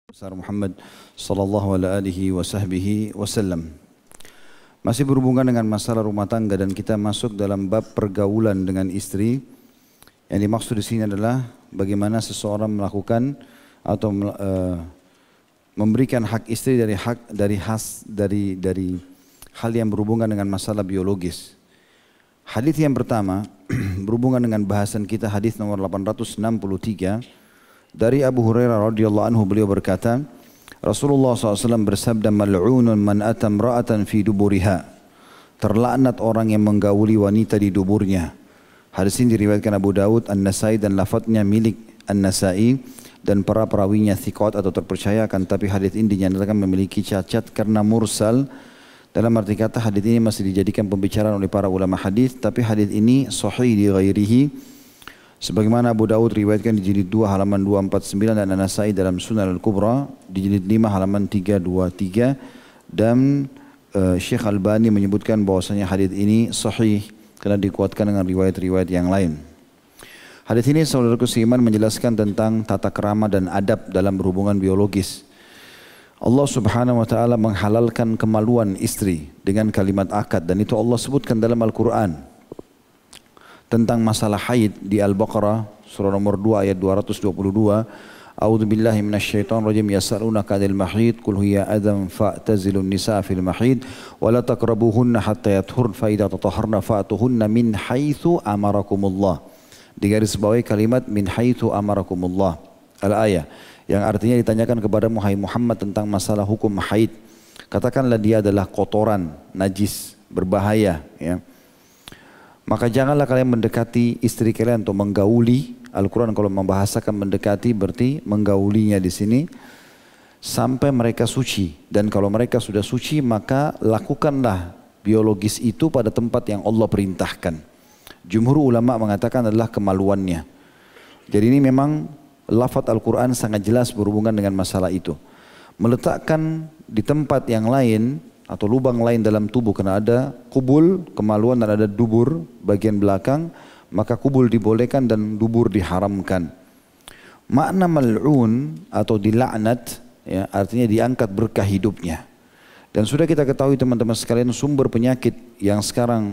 besar Muhammad sallallahu alaihi wasallam. Masih berhubungan dengan masalah rumah tangga dan kita masuk dalam bab pergaulan dengan istri. Yang dimaksud di sini adalah bagaimana seseorang melakukan atau memberikan hak istri dari hal yang berhubungan dengan masalah biologis. Hadis yang pertama berhubungan dengan bahasan kita, hadis nomor 863. Dari Abu Hurairah radhiyallahu anhu, beliau berkata, Rasulullah SAW bersabda, mal'unun man atam ra'atan fi duburiha. Terlaknat orang yang menggauli wanita di duburnya. Hadis ini diriwayatkan Abu Daud, An-Nasai dan lafadznya milik An-Nasai dan para perawinya thiqat atau terpercayakan. Tapi hadis ini dinyatakan memiliki cacat karena mursal. Dalam arti kata hadis ini masih dijadikan pembicaraan oleh para ulama hadis, tapi hadis ini sahih di ghairihi. Sebagaimana Abu Daud riwayatkan di jilid 2 halaman 249 dan An-Nasai dalam Sunan Al-Kubra di jilid 5 halaman 323 dan Syekh Albani menyebutkan bahwasanya hadis ini sahih karena dikuatkan dengan riwayat-riwayat yang lain. Hadis ini saudaraku seiman menjelaskan tentang tata krama dan adab dalam berhubungan biologis. Allah Subhanahu wa taala menghalalkan kemaluan istri dengan kalimat akad dan itu Allah sebutkan dalam Al-Qur'an. Tentang masalah haid di Al-Baqarah surah nomor 2 ayat 222. A'udzu billahi minasyaitonir rajim, yas'alunaka 'anil mahid qul hiya adzam fa'tazilun nisaa fil mahid wa la taqrabuhunna hatta yathurna fa idza tatahharna fa'tuhunna min haitsu amarakumullah. Digarisbawahi kalimat min haitsu amarakumullah. Al-ayah yang artinya ditanyakan kepadamu hai Muhammad tentang masalah hukum haid. Katakanlah dia adalah kotoran, najis, berbahaya, ya. Maka janganlah kalian mendekati istri kalian untuk menggauli. Al-Quran kalau membahasakan mendekati berarti menggaulinya di sini sampai mereka suci. Dan kalau mereka sudah suci maka lakukanlah biologis itu pada tempat yang Allah perintahkan. Jumhur ulama mengatakan adalah kemaluannya. Jadi ini memang lafaz Al-Quran sangat jelas berhubungan dengan masalah itu. Meletakkan di tempat yang lain atau lubang lain dalam tubuh karena ada kubul, kemaluan dan ada dubur bagian belakang, maka kubul dibolehkan dan dubur diharamkan. Makna mal'un atau dilaknat ya, artinya diangkat berkah hidupnya. Dan sudah kita ketahui teman-teman sekalian sumber penyakit yang sekarang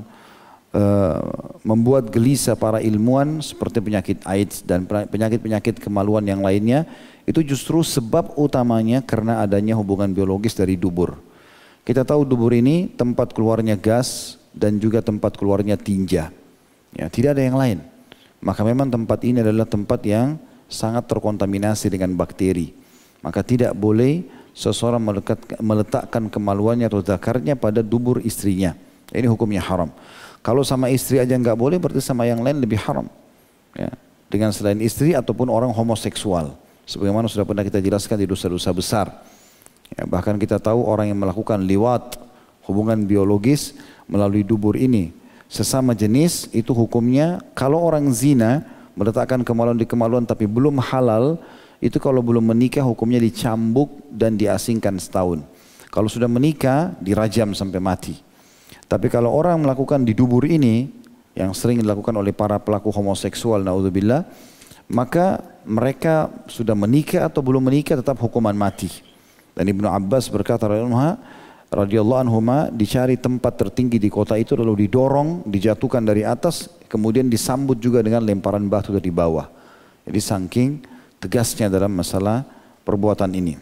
membuat gelisah para ilmuwan seperti penyakit AIDS dan penyakit-penyakit kemaluan yang lainnya itu justru sebab utamanya karena adanya hubungan biologis dari dubur. Kita tahu dubur ini tempat keluarnya gas dan juga tempat keluarnya tinja. Ya, tidak ada yang lain. Maka memang tempat ini adalah tempat yang sangat terkontaminasi dengan bakteri. Maka tidak boleh seseorang meletakkan kemaluannya atau zakarnya pada dubur istrinya. Ini hukumnya haram. Kalau sama istri aja nggak boleh, berarti sama yang lain lebih haram. Ya, dengan selain istri ataupun orang homoseksual. Sebagaimana sudah pernah kita jelaskan di dosa-dosa besar. Ya, bahkan kita tahu orang yang melakukan liwat, hubungan biologis melalui dubur ini sesama jenis itu hukumnya kalau orang zina meletakkan kemaluan di kemaluan tapi belum halal itu kalau belum menikah hukumnya dicambuk dan diasingkan setahun. Kalau sudah menikah dirajam sampai mati. Tapi kalau orang melakukan di dubur ini yang sering dilakukan oleh para pelaku homoseksual naudzubillah, maka mereka sudah menikah atau belum menikah tetap hukuman mati. Dan Ibnu Abbas berkata radhiyallahu anhuma dicari tempat tertinggi di kota itu lalu didorong, dijatuhkan dari atas, kemudian disambut juga dengan lemparan batu dari bawah. Jadi saking tegasnya dalam masalah perbuatan ini.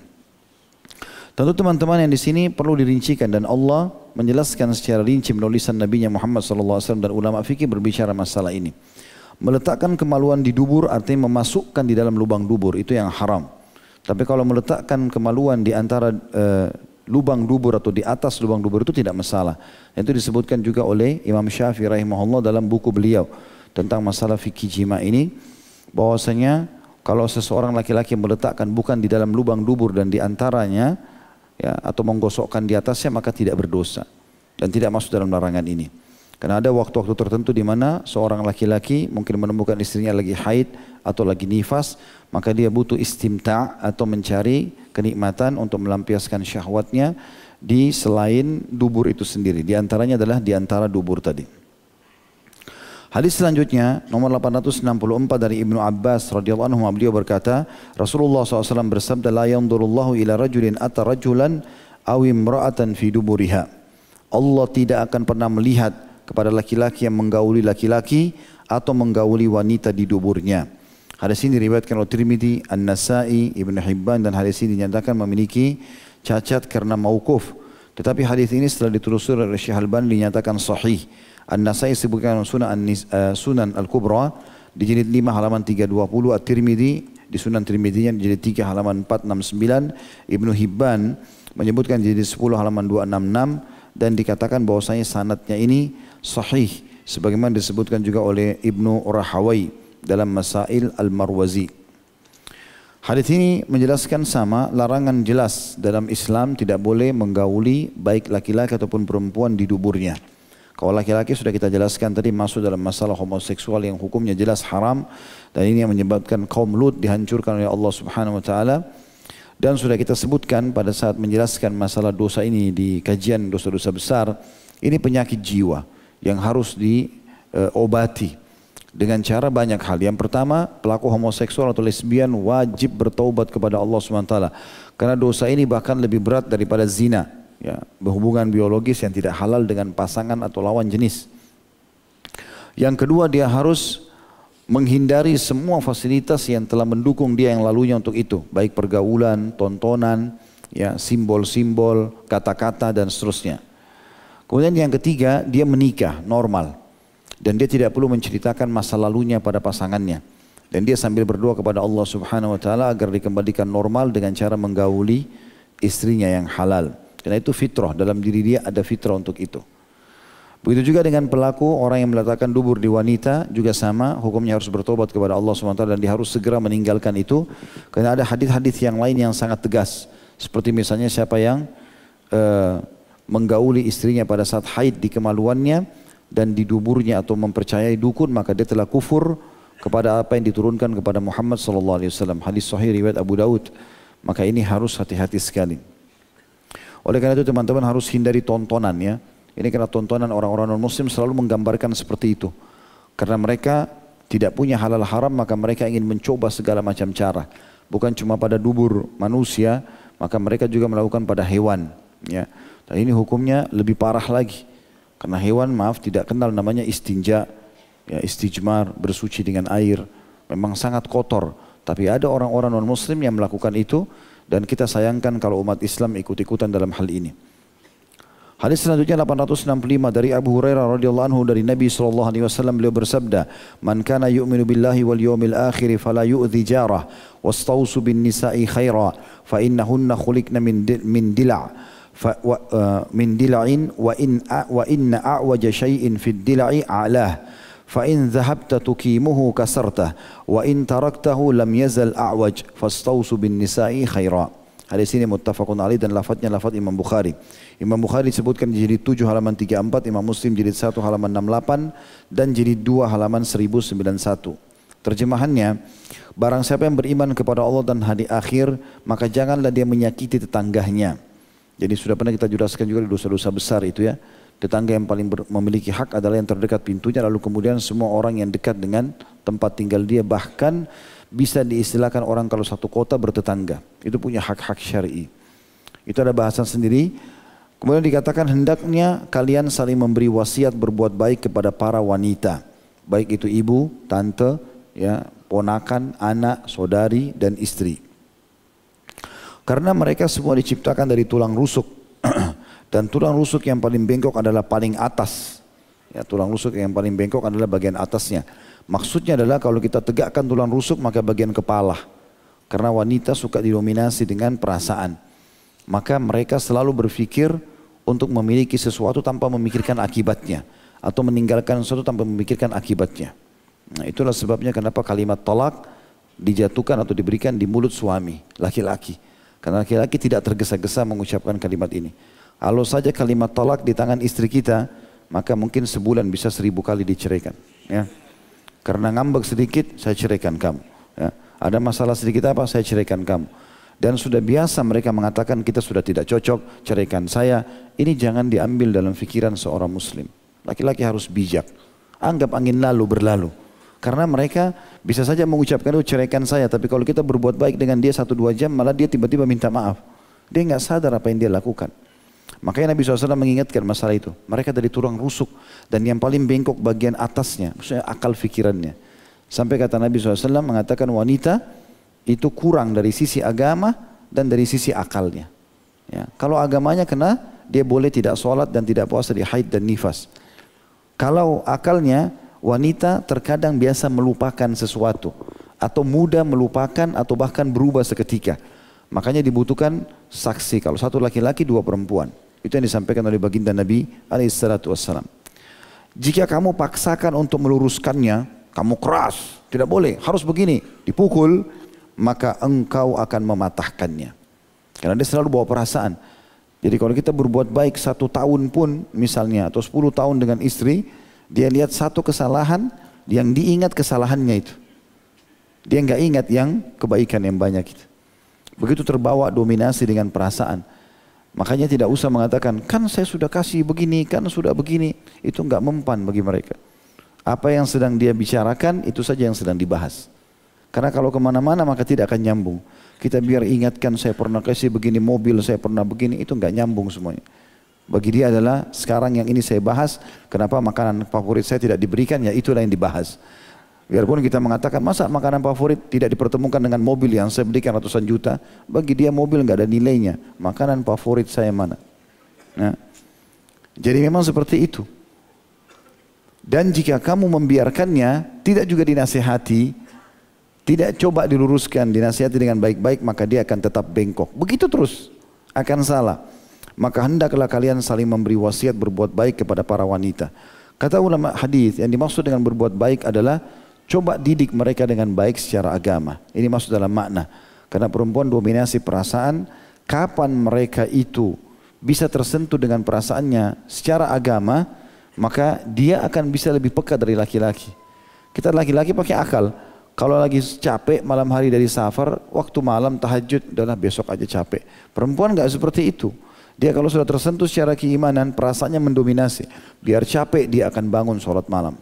Tentu teman-teman yang di sini perlu dirincikan dan Allah menjelaskan secara rinci melalui lisan Nabi Muhammad SAW dan ulama fikih berbicara masalah ini. Meletakkan kemaluan di dubur artinya memasukkan di dalam lubang dubur itu yang haram. Tapi kalau meletakkan kemaluan di antara lubang dubur atau di atas lubang dubur itu tidak masalah. Itu disebutkan juga oleh Imam Syafi'i rahimahullah dalam buku beliau tentang masalah fikih jima ini. Bahwasanya kalau seseorang laki-laki meletakkan bukan di dalam lubang dubur dan di antaranya ya, atau menggosokkan di atasnya maka tidak berdosa. Dan tidak masuk dalam larangan ini. Karena ada waktu-waktu tertentu di mana seorang laki-laki mungkin menemukan istrinya lagi haid atau lagi nifas, maka dia butuh istimta' atau mencari kenikmatan untuk melampiaskan syahwatnya di selain dubur itu sendiri. Di antaranya adalah di antara dubur tadi. Hadis selanjutnya nomor 864 dari Ibnu Abbas radhiyallahu anhu, beliau berkata, Rasulullah SAW bersabda, la yanzurullahu ila rajulin ata rajulan aw imra'atan fi duburiha. Allah tidak akan pernah melihat kepada laki-laki yang menggauli laki-laki atau menggauli wanita di duburnya. Hadis ini diriwayatkan oleh Tirmidzi, An-Nasa'i, Ibnu Hibban, dan hadis ini dinyatakan memiliki cacat karena mauquf. Tetapi hadis ini setelah ditelusuri oleh Syekh Albani dinyatakan sahih. An-Nasai sebutkan Sunan Al-Kubra di jilid 5 halaman 320, At-Tirmidzi di Sunan Tirmidzi-nya di jilid 3 halaman 469, Ibnu Hibban menyebutkan di jilid 10 halaman 266, dan dikatakan bahwasanya sanadnya ini sahih sebagaimana disebutkan juga oleh Ibnu Rahawai dalam Masail Al-Marwazi. Hadis ini menjelaskan sama larangan jelas dalam Islam tidak boleh menggauli baik laki-laki ataupun perempuan di duburnya. Kalau laki-laki sudah kita jelaskan tadi masuk dalam masalah homoseksual yang hukumnya jelas haram, dan ini yang menyebabkan kaum Lut dihancurkan oleh Allah Subhanahu wa taala. Dan sudah kita sebutkan pada saat menjelaskan masalah dosa ini di kajian dosa-dosa besar, ini penyakit jiwa yang harus diobati dengan cara banyak hal. Yang pertama, pelaku homoseksual atau lesbian wajib bertaubat kepada Allah Subhanahu wa taala, karena dosa ini bahkan lebih berat daripada zina. Ya, berhubungan biologis yang tidak halal dengan pasangan atau lawan jenis. Yang kedua, dia harus menghindari semua fasilitas yang telah mendukung dia yang lalunya untuk itu, baik pergaulan, tontonan, ya, simbol-simbol, kata-kata dan seterusnya. Kemudian yang ketiga, dia menikah normal dan dia tidak perlu menceritakan masa lalunya pada pasangannya, dan dia sambil berdoa kepada Allah Subhanahu wa taala agar dikembalikan normal dengan cara menggauli istrinya yang halal. Karena itu fitrah, dalam diri dia ada fitrah untuk itu. Begitu juga dengan pelaku orang yang meletakkan dubur di wanita, juga sama, hukumnya harus bertobat kepada Allah SWT dan dia harus segera meninggalkan itu. Karena ada hadis-hadis yang lain yang sangat tegas. Seperti misalnya siapa yang menggauli istrinya pada saat haid di kemaluannya dan di duburnya atau mempercayai dukun, maka dia telah kufur kepada apa yang diturunkan kepada Muhammad SAW. Hadis sahih riwayat Abu Daud. Maka ini harus hati-hati sekali. Oleh karena itu teman-teman harus hindari tontonan ya. Ini karena tontonan orang-orang non-muslim selalu menggambarkan seperti itu. Karena mereka tidak punya halal haram, maka mereka ingin mencoba segala macam cara. Bukan cuma pada dubur manusia, maka mereka juga melakukan pada hewan. Ya. Dan ini hukumnya lebih parah lagi. Karena hewan tidak kenal namanya istinja, ya, istijmar, bersuci dengan air. Memang sangat kotor. Tapi ada orang-orang non-muslim yang melakukan itu. Dan kita sayangkan kalau umat Islam ikut-ikutan dalam hal ini. Hadis selanjutnya 865 dari Abu Hurairah radhiyallahu anhu dari Nabi SAW, beliau bersabda, "Man kana yu'minu billahi wal yawmil akhir fala yu'dhi jarah wastausu bin nisa'i khaira fa innahunna khuliqna min dila' min dila'in wa inna a'waja shay'in fid dila'i a'lah." فإن ذهبت تقيمه كسرته وإن تركته لم يزل أعوج فاستوصوا بالنساء خيرا. Hadis ini muttafaqun alaih dan lafadznya lafadz Imam Bukhari. Imam Bukhari disebutkan di jilid 7 halaman 34, Imam Muslim jilid 1 halaman 68 dan jilid 2 halaman 1091. Terjemahannya, barang siapa yang beriman kepada Allah dan hari akhir, maka janganlah dia menyakiti tetangganya. Jadi sudah pernah kita jelaskan juga di dosa-dosa besar itu ya. Tetangga yang paling memiliki hak adalah yang terdekat pintunya, lalu kemudian semua orang yang dekat dengan tempat tinggal dia, bahkan bisa diistilahkan orang kalau satu kota bertetangga, itu punya hak-hak syar'i. Itu ada bahasan sendiri. Kemudian dikatakan hendaknya kalian saling memberi wasiat berbuat baik kepada para wanita, baik itu ibu, tante, ya, ponakan, anak, saudari dan istri. Karena mereka semua diciptakan dari tulang rusuk. Dan tulang rusuk yang paling bengkok adalah paling atas. Ya, tulang rusuk yang paling bengkok adalah bagian atasnya. Maksudnya adalah kalau kita tegakkan tulang rusuk maka bagian kepala. Karena wanita suka didominasi dengan perasaan. Maka mereka selalu berpikir untuk memiliki sesuatu tanpa memikirkan akibatnya. Atau meninggalkan sesuatu tanpa memikirkan akibatnya. Nah, itulah sebabnya kenapa kalimat talak dijatuhkan atau diberikan di mulut suami, laki-laki. Karena laki-laki tidak tergesa-gesa mengucapkan kalimat ini. Kalau saja kalimat talak di tangan istri kita, maka mungkin sebulan bisa 1000 kali diceraikan. Ya. Karena ngambek sedikit, saya ceraikan kamu. Ya. Ada masalah sedikit apa, saya ceraikan kamu. Dan sudah biasa mereka mengatakan kita sudah tidak cocok, ceraikan saya. Ini jangan diambil dalam fikiran seorang muslim. Laki-laki harus bijak. Anggap angin lalu berlalu. Karena mereka bisa saja mengucapkan itu ceraikan saya, tapi kalau kita berbuat baik dengan dia 1-2 jam, malah dia tiba-tiba minta maaf. Dia nggak sadar apa yang dia lakukan. Makanya Nabi SAW mengingatkan masalah itu. Mereka dari tulang rusuk dan yang paling bengkok bagian atasnya, maksudnya akal fikirannya. Sampai kata Nabi SAW mengatakan wanita itu kurang dari sisi agama dan dari sisi akalnya. Ya, kalau agamanya kena, dia boleh tidak sholat dan tidak puasa di haid dan nifas. Kalau akalnya, wanita terkadang biasa melupakan sesuatu atau mudah melupakan atau bahkan berubah seketika. Makanya dibutuhkan saksi. Kalau satu laki-laki, 2 perempuan. Itu yang disampaikan oleh baginda Nabi SAW. Jika kamu paksakan untuk meluruskannya, kamu keras, tidak boleh, harus begini, dipukul, maka engkau akan mematahkannya. Karena dia selalu bawa perasaan. Jadi kalau kita berbuat baik 1 tahun pun misalnya, atau 10 tahun dengan istri, dia lihat satu kesalahan, yang diingat kesalahannya itu. Dia nggak ingat yang kebaikan yang banyak itu. Begitu terbawa dominasi dengan perasaan. Makanya tidak usah mengatakan, kan saya sudah kasih begini, kan sudah begini. Itu nggak mempan bagi mereka. Apa yang sedang dia bicarakan, itu saja yang sedang dibahas. Karena kalau kemana-mana maka tidak akan nyambung. Kita biar ingatkan saya pernah kasih begini mobil, saya pernah begini, itu nggak nyambung semuanya. Bagi dia adalah sekarang yang ini saya bahas, kenapa makanan favorit saya tidak diberikan, ya itulah yang dibahas. Biarpun kita mengatakan masa makanan favorit tidak dipertemukan dengan mobil yang saya belikan ratusan juta, bagi dia mobil nggak ada nilainya. Makanan favorit saya mana? Nah, jadi memang seperti itu. Dan jika kamu membiarkannya, tidak juga dinasihati, tidak coba diluruskan, dinasihati dengan baik-baik, maka dia akan tetap bengkok. Begitu terus akan salah. Maka hendaklah kalian saling memberi wasiat berbuat baik kepada para wanita. Kata ulama hadis, yang dimaksud dengan berbuat baik adalah coba didik mereka dengan baik secara agama. Ini maksud dalam makna. Karena perempuan dominasi perasaan, kapan mereka itu bisa tersentuh dengan perasaannya secara agama, maka dia akan bisa lebih peka dari laki-laki. Kita laki-laki pakai akal. Kalau lagi capek malam hari dari safar, waktu malam tahajud, udahlah besok aja capek. Perempuan nggak seperti itu. Dia kalau sudah tersentuh secara keimanan, perasaannya mendominasi. Biar capek dia akan bangun sholat malam.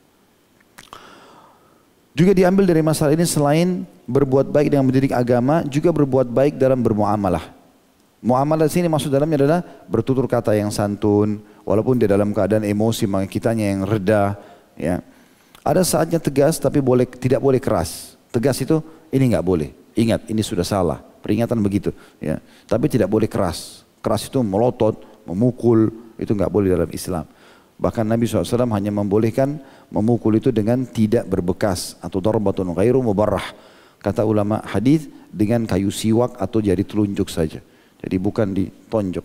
Juga diambil dari masalah ini selain berbuat baik dengan mendidik agama, juga berbuat baik dalam bermuamalah. Muamalah di sini maksud dalamnya adalah bertutur kata yang santun, walaupun dia dalam keadaan emosi, maka kitanya yang reda. Ya. Ada saatnya tegas, tapi tidak boleh keras. Tegas itu ini nggak boleh. Ingat, ini sudah salah. Peringatan begitu. Ya. Tapi tidak boleh keras. Keras itu melotot, memukul, itu nggak boleh dalam Islam. Bahkan Nabi SAW hanya membolehkan memukul itu dengan tidak berbekas atau darbatun ghairu mubarrah. Kata ulama hadis dengan kayu siwak atau jari telunjuk saja. Jadi bukan ditonjok.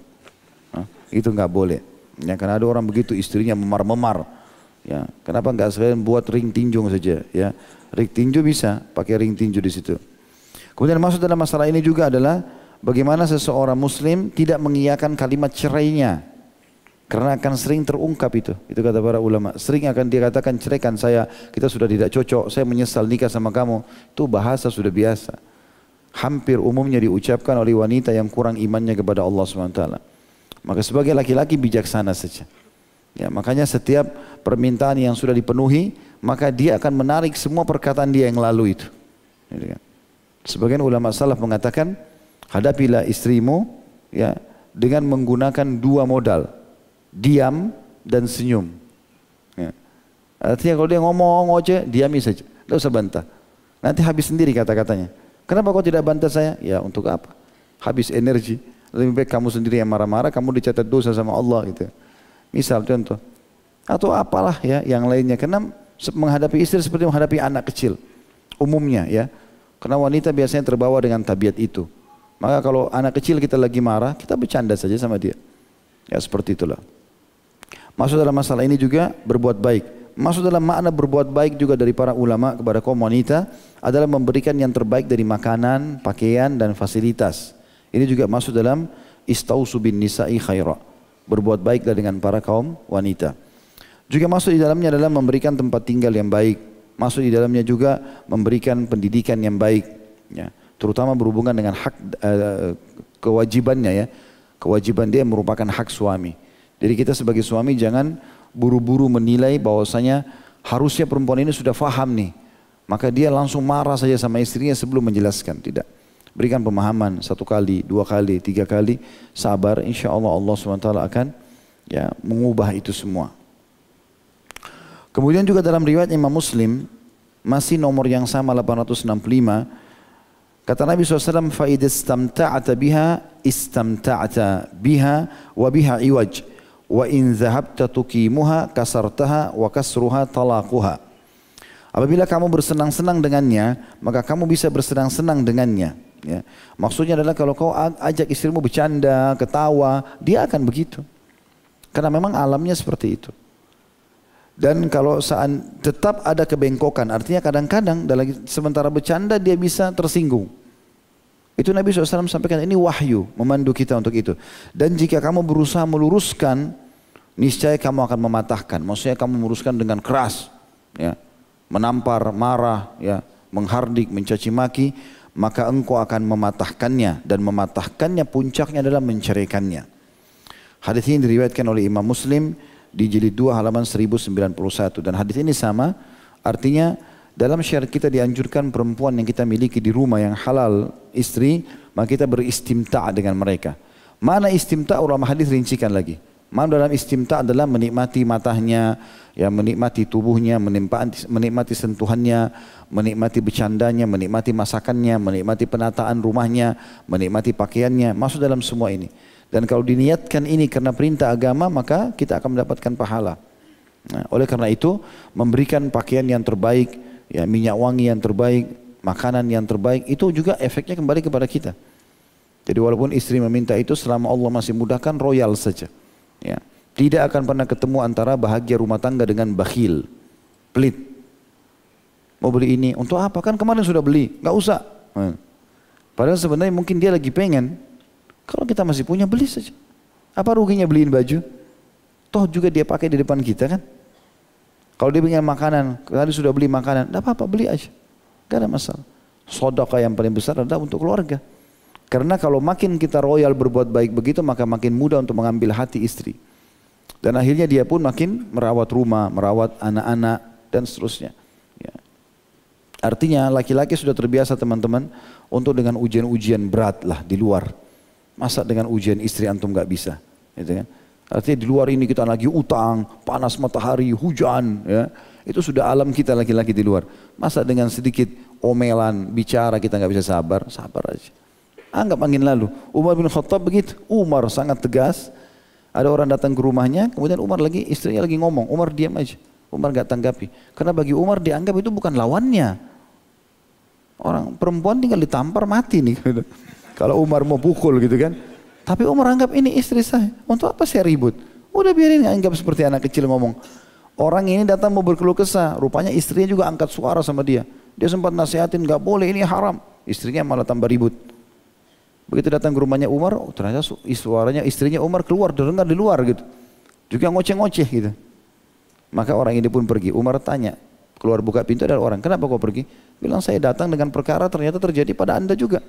Itu nggak boleh. Ya, karena ada orang begitu istrinya memar-memar. Ya, kenapa nggak sekalian buat ring tinju saja? Ya, ring tinju bisa pakai ring tinju di situ. Kemudian masuk dalam masalah ini juga adalah bagaimana seseorang muslim tidak mengiyakan kalimat cerainya. Karena akan sering terungkap itu. Itu kata para ulama. Sering akan dia katakan ceraikan saya, kita sudah tidak cocok, saya menyesal nikah sama kamu. Itu bahasa sudah biasa. Hampir umumnya diucapkan oleh wanita yang kurang imannya kepada Allah SWT. Maka sebagai laki-laki bijaksana saja. Ya, makanya setiap permintaan yang sudah dipenuhi, maka dia akan menarik semua perkataan dia yang lalu itu. Gitu kan. Sebagian ulama salaf mengatakan, hadapilah istrimu ya dengan menggunakan 2 modal, diam dan senyum. Ya. Artinya kalau dia ngomong aja, diami saja, tidak usah bantah. Nanti habis sendiri kata-katanya. Kenapa kau tidak bantah saya? Ya untuk apa? Habis energi. Lebih baik kamu sendiri yang marah-marah, kamu dicatat dosa sama Allah gitu. Misal contoh. Atau apalah ya yang lainnya. Karena menghadapi istri seperti menghadapi anak kecil. Umumnya ya. Karena wanita biasanya terbawa dengan tabiat itu. Maka kalau anak kecil kita lagi marah, kita bercanda saja sama dia. Ya seperti itulah. Masuk dalam masalah ini juga berbuat baik. Masuk dalam makna berbuat baik juga dari para ulama kepada kaum wanita adalah memberikan yang terbaik dari makanan, pakaian dan fasilitas. Ini juga masuk dalam istausu bin nisa'i khaira. Berbuat baiklah dengan para kaum wanita. Juga masuk di dalamnya adalah memberikan tempat tinggal yang baik. Masuk di dalamnya juga memberikan pendidikan yang baik. Ya, terutama berhubungan dengan hak kewajibannya ya. Kewajiban dia merupakan hak suami. Jadi kita sebagai suami jangan buru-buru menilai bahwasanya Harusnya perempuan ini sudah faham nih. Maka dia langsung marah saja sama istrinya sebelum menjelaskan. Tidak. Berikan pemahaman 1 kali, 2 kali, 3 kali. Sabar, insya Allah Allah SWT akan ya mengubah itu semua. Kemudian juga dalam riwayat Imam Muslim, masih nomor yang sama 865, kata Nabi SAW, فَإِذَا اسْتَمْتَعْتَ بِهَا اسْتَمْتَعْتَ بِهَا وَبِهَا عِوَجْ وَإِنْ ذَهَبْتَ تُقِيمُهَا كَسَرْتَهَا وَكَسْرُهَا طَلَاقُهَا. Apabila kamu bersenang-senang dengannya, maka kamu bisa bersenang-senang dengannya. Ya. Maksudnya adalah kalau kau ajak istrimu bercanda, ketawa, dia akan begitu. Karena memang alamnya seperti itu. Dan kalau saat tetap ada kebengkokan, artinya kadang-kadang sementara bercanda dia bisa tersinggung. Itu Nabi SAW sampaikan, ini wahyu memandu kita untuk itu. Dan jika kamu berusaha meluruskan, niscaya kamu akan mematahkan. Maksudnya kamu meluruskan dengan keras, ya, menampar, marah, ya, menghardik, mencaci maki, maka engkau akan mematahkannya. Dan mematahkannya puncaknya adalah menceraikannya. Hadis ini diriwayatkan oleh Imam Muslim di jilid 2 halaman 1091. Dan hadis ini sama, artinya dalam syariat kita dianjurkan perempuan yang kita miliki di rumah yang halal istri, maka kita beristimta' dengan mereka. Mana istimta' ulama hadis rincikan lagi. Mana dalam istimta' adalah menikmati matanya, ya, menikmati tubuhnya, menikmati sentuhannya, menikmati bercandanya, menikmati masakannya, menikmati penataan rumahnya, menikmati pakaiannya, masuk dalam semua ini. Dan kalau diniatkan ini karena perintah agama, maka kita akan mendapatkan pahala. Nah, oleh karena itu, memberikan pakaian yang terbaik, ya, minyak wangi yang terbaik, makanan yang terbaik, itu juga efeknya kembali kepada kita. Jadi walaupun istri meminta itu, selama Allah masih mudahkan, royal saja. Ya. Tidak akan pernah ketemu antara bahagia rumah tangga dengan bakhil, pelit. Mau beli ini, untuk apa? Kan kemarin sudah beli, nggak usah. Padahal sebenarnya mungkin dia lagi pengen. Kalau kita masih punya, beli saja. Apa ruginya beliin baju? Toh juga dia pakai di depan kita kan. Kalau dia pengen makanan, tadi sudah beli makanan, tidak apa-apa, beli aja. Gak ada masalah. Sedekah yang paling besar adalah untuk keluarga. Karena kalau makin kita royal berbuat baik begitu, maka makin mudah untuk mengambil hati istri. Dan akhirnya dia pun makin merawat rumah, merawat anak-anak, dan seterusnya. Ya. Artinya laki-laki sudah terbiasa teman-teman untuk dengan ujian-ujian berat lah di luar. Masa dengan ujian istri antum gak bisa, gitu kan? Artinya di luar ini kita lagi utang, panas matahari, hujan, ya. Itu sudah alam kita laki-laki di luar. Masa dengan sedikit omelan, bicara kita gak bisa sabar, sabar aja. Anggap angin lalu. Umar bin Khattab begitu. Umar sangat tegas. Ada orang datang ke rumahnya, kemudian Umar lagi, istrinya lagi ngomong, Umar diam aja. Umar gak tanggapi. Karena bagi Umar dianggap itu bukan lawannya. Orang perempuan tinggal ditampar mati nih. Kalau Umar mau pukul gitu kan. Tapi Umar anggap ini istri saya. Untuk apa saya ribut? Udah biarin, anggap seperti anak kecil ngomong. Orang ini datang mau berkeluh kesah. Rupanya istrinya juga angkat suara sama dia. Dia sempat nasihatin, gak boleh, ini haram. Istrinya malah tambah ribut. Begitu datang ke rumahnya Umar, oh, ternyata suaranya istrinya Umar keluar, dengar di luar gitu. Juga ngoceh-ngoceh gitu. Maka orang ini pun pergi. Umar tanya, keluar buka pintu ada orang. Kenapa kau pergi? Bilang saya datang dengan perkara ternyata terjadi pada anda juga.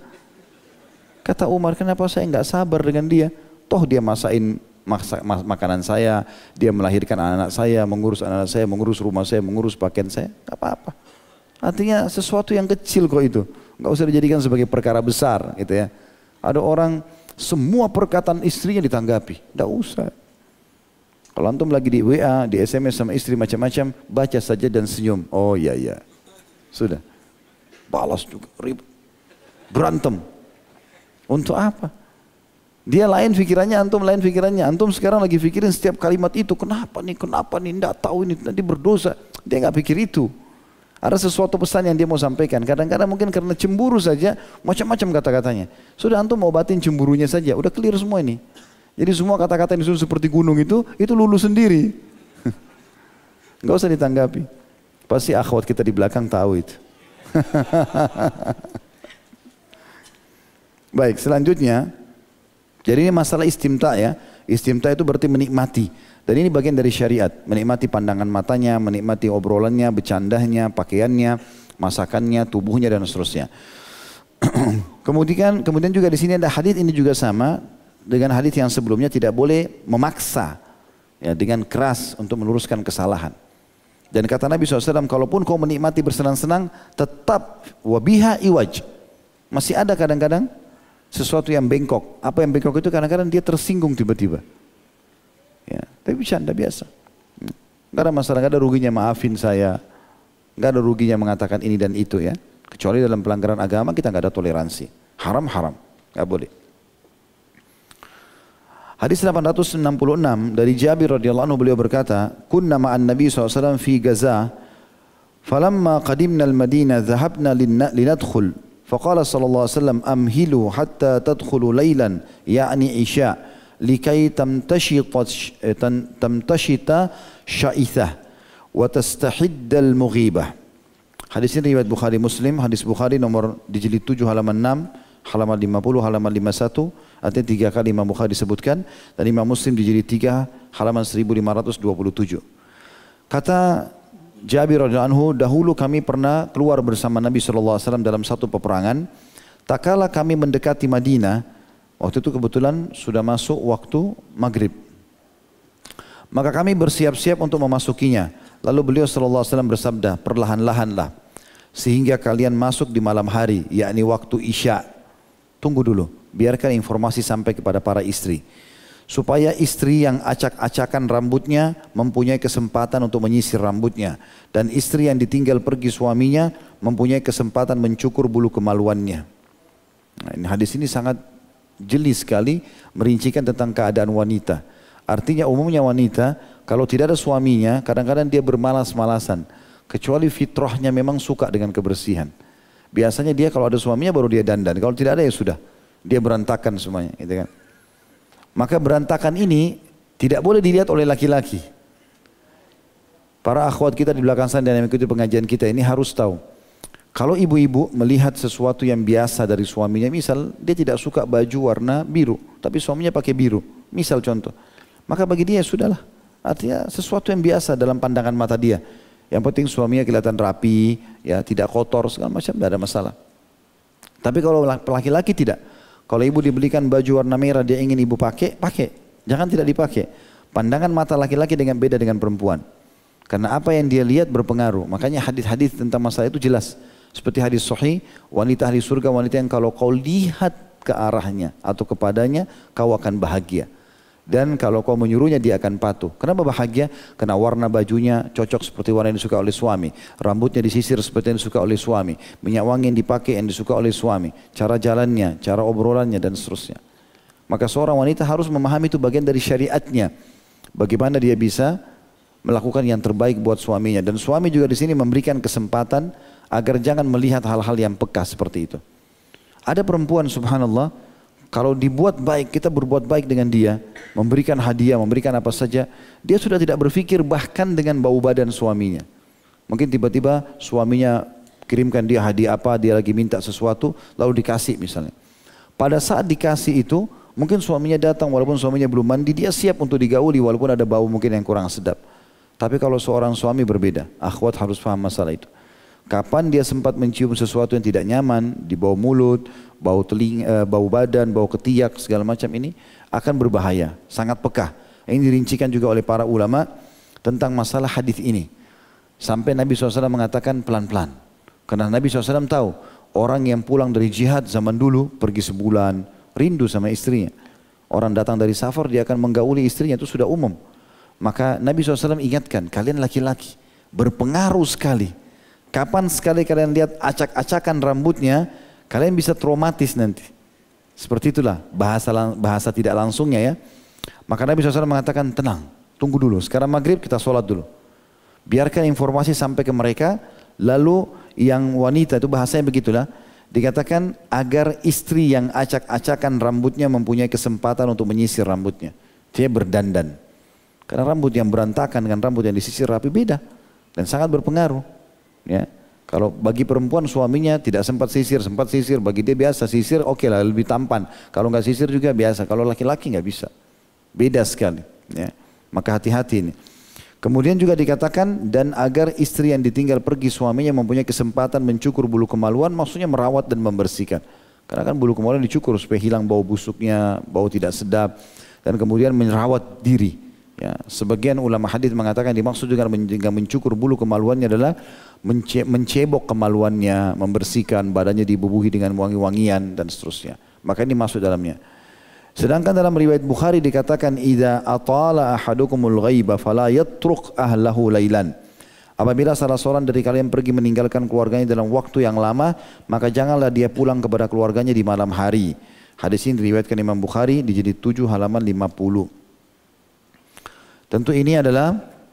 Kata Umar, kenapa saya nggak sabar dengan dia? Toh dia masain makanan saya, dia melahirkan anak-anak saya, mengurus anak-anak saya, mengurus rumah saya, mengurus pakaian saya. Gak apa-apa. Artinya sesuatu yang kecil kok itu. Nggak usah dijadikan sebagai perkara besar gitu ya. Ada orang semua perkataan istrinya ditanggapi. Nggak usah. Kalau antum lagi di WA, di SMS sama istri macam-macam, baca saja dan senyum. Oh iya iya. Sudah. Balas juga, ribut. Berantem. Untuk apa? Dia lain pikirannya, antum lain pikirannya. Antum sekarang lagi pikirin setiap kalimat itu. Kenapa nih, enggak tahu ini, nanti berdosa. Dia enggak pikir itu. Ada sesuatu pesan yang dia mau sampaikan. Kadang-kadang mungkin karena cemburu saja, macam-macam kata-katanya. Sudah antum obatin cemburunya saja, udah clear semua ini. Jadi semua kata-kata yang disuruh seperti gunung itu lulus sendiri. Enggak usah ditanggapi. Pasti akhwat kita di belakang tahu itu. Baik, selanjutnya, jadi ini masalah istimta ya. Istimta itu berarti menikmati. Dan ini bagian dari syariat. Menikmati pandangan matanya, menikmati obrolannya, bercandanya, pakaiannya, masakannya, tubuhnya dan seterusnya. kemudian juga di sini ada hadis ini juga sama dengan hadis yang sebelumnya, tidak boleh memaksa ya dengan keras untuk meluruskan kesalahan. Dan kata Nabi SAW, kalaupun kau menikmati bersenang-senang, tetap wabiha iwaj. Masih ada kadang-kadang sesuatu yang bengkok. Apa yang bengkok itu kadang-kadang dia tersinggung tiba-tiba. Ya, tapi bercanda biasa. Gak ada masalah, gak ada ruginya maafin saya. Gak ada ruginya mengatakan ini dan itu ya. Kecuali dalam pelanggaran agama kita gak ada toleransi. Haram-haram, gak boleh. Hadis 866 dari Jabir radhiyallahu anhu, beliau berkata, "Kunna ma'an Nabi SAW fi Gaza, falamma qadimna al-Madinah dhahabna linadkhul, faqala sallallahu alaihi wasallam amhilu hatta tadkhulu laylan, ya'ni isya, likai tamtashita sya'ithah wa tastahidda al-mughibah." Hadis ini riwayat Bukhari Muslim, hadis Bukhari nomor di jilid 7 halaman 6, halaman 50, halaman 51, artinya 3 kali Imam Bukhari disebutkan, dan Imam Muslim di jilid 3 halaman 1527. Kata Jabir radhiyallahu anhu, dahulu kami pernah keluar bersama Nabi SAW dalam satu peperangan. Tak kala kami mendekati Madinah, waktu itu kebetulan sudah masuk waktu maghrib. Maka kami bersiap-siap untuk memasukinya. Lalu beliau SAW bersabda, perlahan-lahanlah sehingga kalian masuk di malam hari, yakni waktu isya. Tunggu dulu, biarkan informasi sampai kepada para istri. Supaya istri yang acak-acakan rambutnya mempunyai kesempatan untuk menyisir rambutnya. Dan istri yang ditinggal pergi suaminya mempunyai kesempatan mencukur bulu kemaluannya. Nah, hadis ini sangat jeli sekali merincikan tentang keadaan wanita. Artinya umumnya wanita kalau tidak ada suaminya kadang-kadang dia bermalas-malasan. Kecuali fitrahnya memang suka dengan kebersihan. Biasanya dia kalau ada suaminya baru dia dandan. Kalau tidak ada ya sudah. Dia berantakan semuanya. Gitu kan. Maka berantakan ini tidak boleh dilihat oleh laki-laki. Para akhwat kita di belakang sana dan yang mengikuti pengajian kita ini harus tahu. Kalau ibu-ibu melihat sesuatu yang biasa dari suaminya. Misal dia tidak suka baju warna biru. Tapi suaminya pakai biru. Misal contoh. Maka bagi dia sudahlah. Artinya sesuatu yang biasa dalam pandangan mata dia. Yang penting suaminya kelihatan rapi, ya tidak kotor segala macam, tidak ada masalah. Tapi kalau laki-laki tidak. Kalau ibu dibelikan baju warna merah dia ingin ibu pakai, pakai. Jangan tidak dipakai. Pandangan mata laki-laki dengan beda dengan perempuan. Karena apa yang dia lihat berpengaruh. Makanya hadis-hadis tentang masalah itu jelas. Seperti hadis sahih, wanita ahli surga, wanita yang kalau kau lihat ke arahnya atau kepadanya, kau akan bahagia. Dan kalau kau menyuruhnya dia akan patuh. Kenapa bahagia? Karena warna bajunya cocok seperti warna yang disuka oleh suami. Rambutnya disisir seperti yang disuka oleh suami. Minyak wangi yang dipakai yang disuka oleh suami. Cara jalannya, cara obrolannya dan seterusnya. Maka seorang wanita harus memahami itu bagian dari syariatnya. Bagaimana dia bisa melakukan yang terbaik buat suaminya. Dan suami juga di sini memberikan kesempatan agar jangan melihat hal-hal yang peka seperti itu. Ada perempuan subhanallah. Kalau dibuat baik, kita berbuat baik dengan dia, memberikan hadiah, memberikan apa saja, dia sudah tidak berpikir bahkan dengan bau badan suaminya. Mungkin tiba-tiba suaminya kirimkan dia hadiah apa, dia lagi minta sesuatu, lalu dikasih misalnya. Pada saat dikasih itu, mungkin suaminya datang walaupun suaminya belum mandi, dia siap untuk digauli walaupun ada bau mungkin yang kurang sedap. Tapi kalau seorang suami berbeda, akhwat harus paham masalah itu. Kapan dia sempat mencium sesuatu yang tidak nyaman, di bau mulut, bau telinga, bau badan, bau ketiak, segala macam ini akan berbahaya, sangat peka. Ini dirincikan juga oleh para ulama tentang masalah hadis ini. Sampai Nabi SAW mengatakan pelan-pelan. Karena Nabi SAW tahu orang yang pulang dari jihad zaman dulu pergi sebulan, rindu sama istrinya. Orang datang dari safar dia akan menggauli istrinya, itu sudah umum. Maka Nabi SAW ingatkan, kalian laki-laki berpengaruh sekali. Kapan sekali kalian lihat acak-acakan rambutnya, kalian bisa traumatis nanti. Seperti itulah bahasa tidak langsungnya ya. Maka Nabi SAW mengatakan tenang, tunggu dulu. Sekarang maghrib kita sholat dulu. Biarkan informasi sampai ke mereka. Lalu yang wanita itu bahasanya begitulah. Dikatakan agar istri yang acak-acakan rambutnya mempunyai kesempatan untuk menyisir rambutnya. Dia berdandan. Karena rambut yang berantakan dengan rambut yang disisir rapi beda. Dan sangat berpengaruh. Ya, kalau bagi perempuan suaminya tidak sempat sisir, bagi dia biasa sisir, oke lah lebih tampan. Kalau nggak sisir juga biasa. Kalau laki-laki nggak bisa, beda sekali. Ya, maka hati-hati ini. Kemudian juga dikatakan dan agar istri yang ditinggal pergi suaminya mempunyai kesempatan mencukur bulu kemaluan, maksudnya merawat dan membersihkan. Karena kan bulu kemaluan dicukur supaya hilang bau busuknya, bau tidak sedap, dan kemudian merawat diri. Ya, sebagian ulama hadis mengatakan dimaksud dengan mencukur bulu kemaluannya adalah mencebok kemaluannya, membersihkan badannya, dibubuhi dengan wangi-wangian dan seterusnya. Maka ini masuk dalamnya. Sedangkan dalam riwayat Bukhari dikatakan idza atala ahadukumul ghaiba fala yatruk ahlahu lailan. Apabila salah seorang dari kalian pergi meninggalkan keluarganya dalam waktu yang lama, maka janganlah dia pulang kepada keluarganya di malam hari. Hadis ini diriwayatkan Imam Bukhari di jilid 7 halaman 50. Tentu ini adalah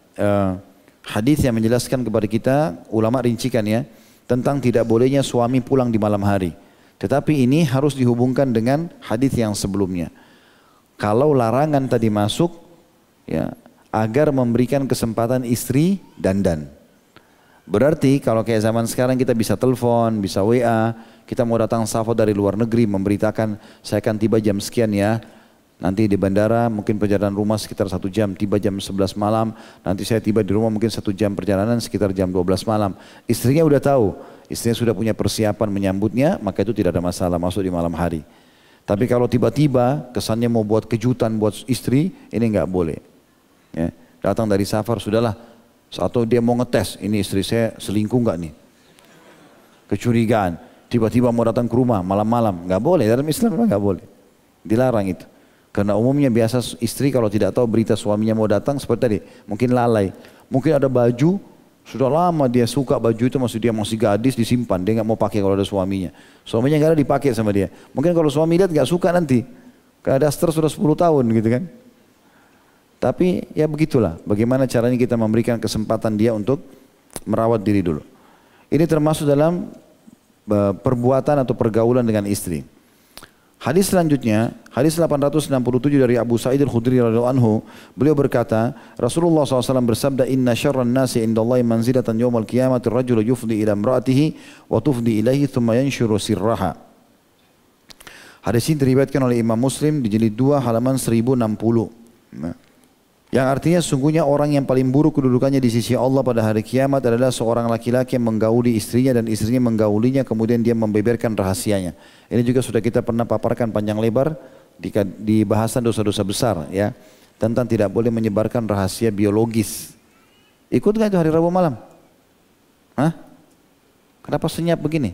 hadis yang menjelaskan kepada kita, ulama rincikan ya, tentang tidak bolehnya suami pulang di malam hari. Tetapi ini harus dihubungkan dengan hadis yang sebelumnya. Kalau larangan tadi masuk, ya, agar memberikan kesempatan istri dandan. Berarti kalau kayak zaman sekarang kita bisa telepon, bisa WA, kita mau datang safar dari luar negeri memberitakan saya akan tiba jam sekian ya. Nanti di bandara mungkin perjalanan rumah sekitar 1 jam, tiba jam 11 malam. Nanti saya tiba di rumah mungkin 1 jam perjalanan sekitar jam 12 malam. Istrinya udah tahu, istrinya sudah punya persiapan menyambutnya, maka itu tidak ada masalah masuk di malam hari. Tapi kalau tiba-tiba kesannya mau buat kejutan buat istri, ini nggak boleh. Ya, datang dari safar sudahlah, atau dia mau ngetes, ini istri saya selingkuh nggak nih? Kecurigaan, tiba-tiba mau datang ke rumah malam-malam, nggak boleh, dalam Islam memang nggak boleh, dilarang itu. Karena umumnya biasa istri kalau tidak tahu berita suaminya mau datang seperti tadi, mungkin lalai, mungkin ada baju, sudah lama dia suka baju itu, maksud dia masih gadis disimpan, dia nggak mau pakai kalau ada suaminya, suaminya nggak ada dipakai sama dia, mungkin kalau suami lihat nggak suka nanti, karena daster sudah 10 tahun gitu kan. Tapi ya begitulah, bagaimana caranya kita memberikan kesempatan dia untuk merawat diri dulu. Ini termasuk dalam perbuatan atau pergaulan dengan istri. Hadis selanjutnya, hadis 867 dari Abu Sa'id Al-Khudri radhiyallahu anhu, beliau berkata, Rasulullah SAW bersabda, Inna syarran nasi indallahi manzilatan yawmal qiyamati rajulu yufdi ila imra'atihi wa tufdi ilaihi thumma yanshuru sirraha. Hadis ini diriwayatkan oleh Imam Muslim di jilid 2 halaman 1060. Yang artinya sungguhnya orang yang paling buruk kedudukannya di sisi Allah pada hari kiamat adalah seorang laki-laki yang menggauli istrinya dan istrinya menggaulinya kemudian dia membeberkan rahasianya. Ini juga sudah kita pernah paparkan panjang lebar di bahasan dosa-dosa besar ya, tentang tidak boleh menyebarkan rahasia biologis. Ikut nggak itu hari Rabu malam? Hah? Kenapa senyap begini?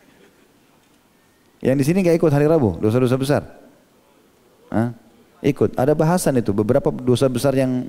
Yang di sini nggak ikut hari Rabu, dosa-dosa besar? Hah? Ikut, ada bahasan itu beberapa dosa besar yang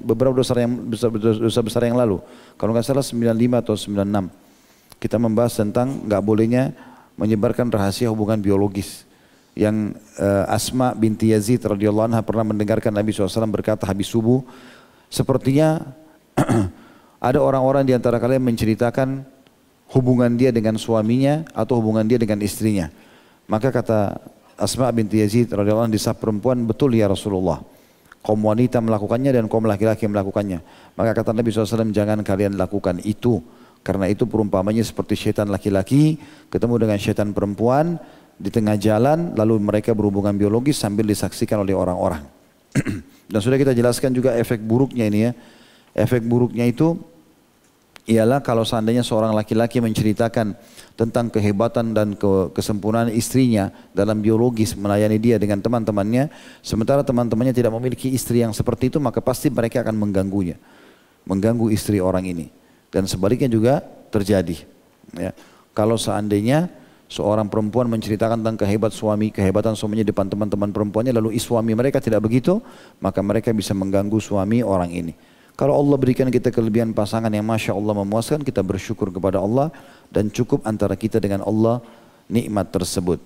lalu. Kalau nggak salah 95 atau 96. Kita membahas tentang nggak bolehnya menyebarkan rahasia hubungan biologis. Yang Asma binti Yazid radhiyallahu anha pernah mendengarkan Nabi SAW berkata habis subuh, sepertinya ada orang-orang di antara kalian menceritakan hubungan dia dengan suaminya atau hubungan dia dengan istrinya. Maka kata Asma binti Yazid radhiyallahu anha, disah perempuan, betul ya Rasulullah, kaum wanita melakukannya dan kaum laki-laki melakukannya. Maka kata Nabi SAW, jangan kalian lakukan itu, karena itu perumpamannya seperti syaitan laki-laki ketemu dengan syaitan perempuan di tengah jalan, lalu mereka berhubungan biologis sambil disaksikan oleh orang-orang. Dan sudah kita jelaskan juga efek buruknya ini ya. Efek buruknya itu ialah kalau seandainya seorang laki-laki menceritakan tentang kehebatan dan kesempurnaan istrinya dalam biologis melayani dia dengan teman-temannya, sementara teman-temannya tidak memiliki istri yang seperti itu, maka pasti mereka akan mengganggunya, mengganggu istri orang ini. Dan sebaliknya juga terjadi. Ya. Kalau seandainya seorang perempuan menceritakan tentang kehebatan suaminya depan teman-teman perempuannya, lalu suami mereka tidak begitu, maka mereka bisa mengganggu suami orang ini. Kalau Allah berikan kita kelebihan pasangan yang Masya Allah memuaskan, kita bersyukur kepada Allah dan cukup antara kita dengan Allah nikmat tersebut.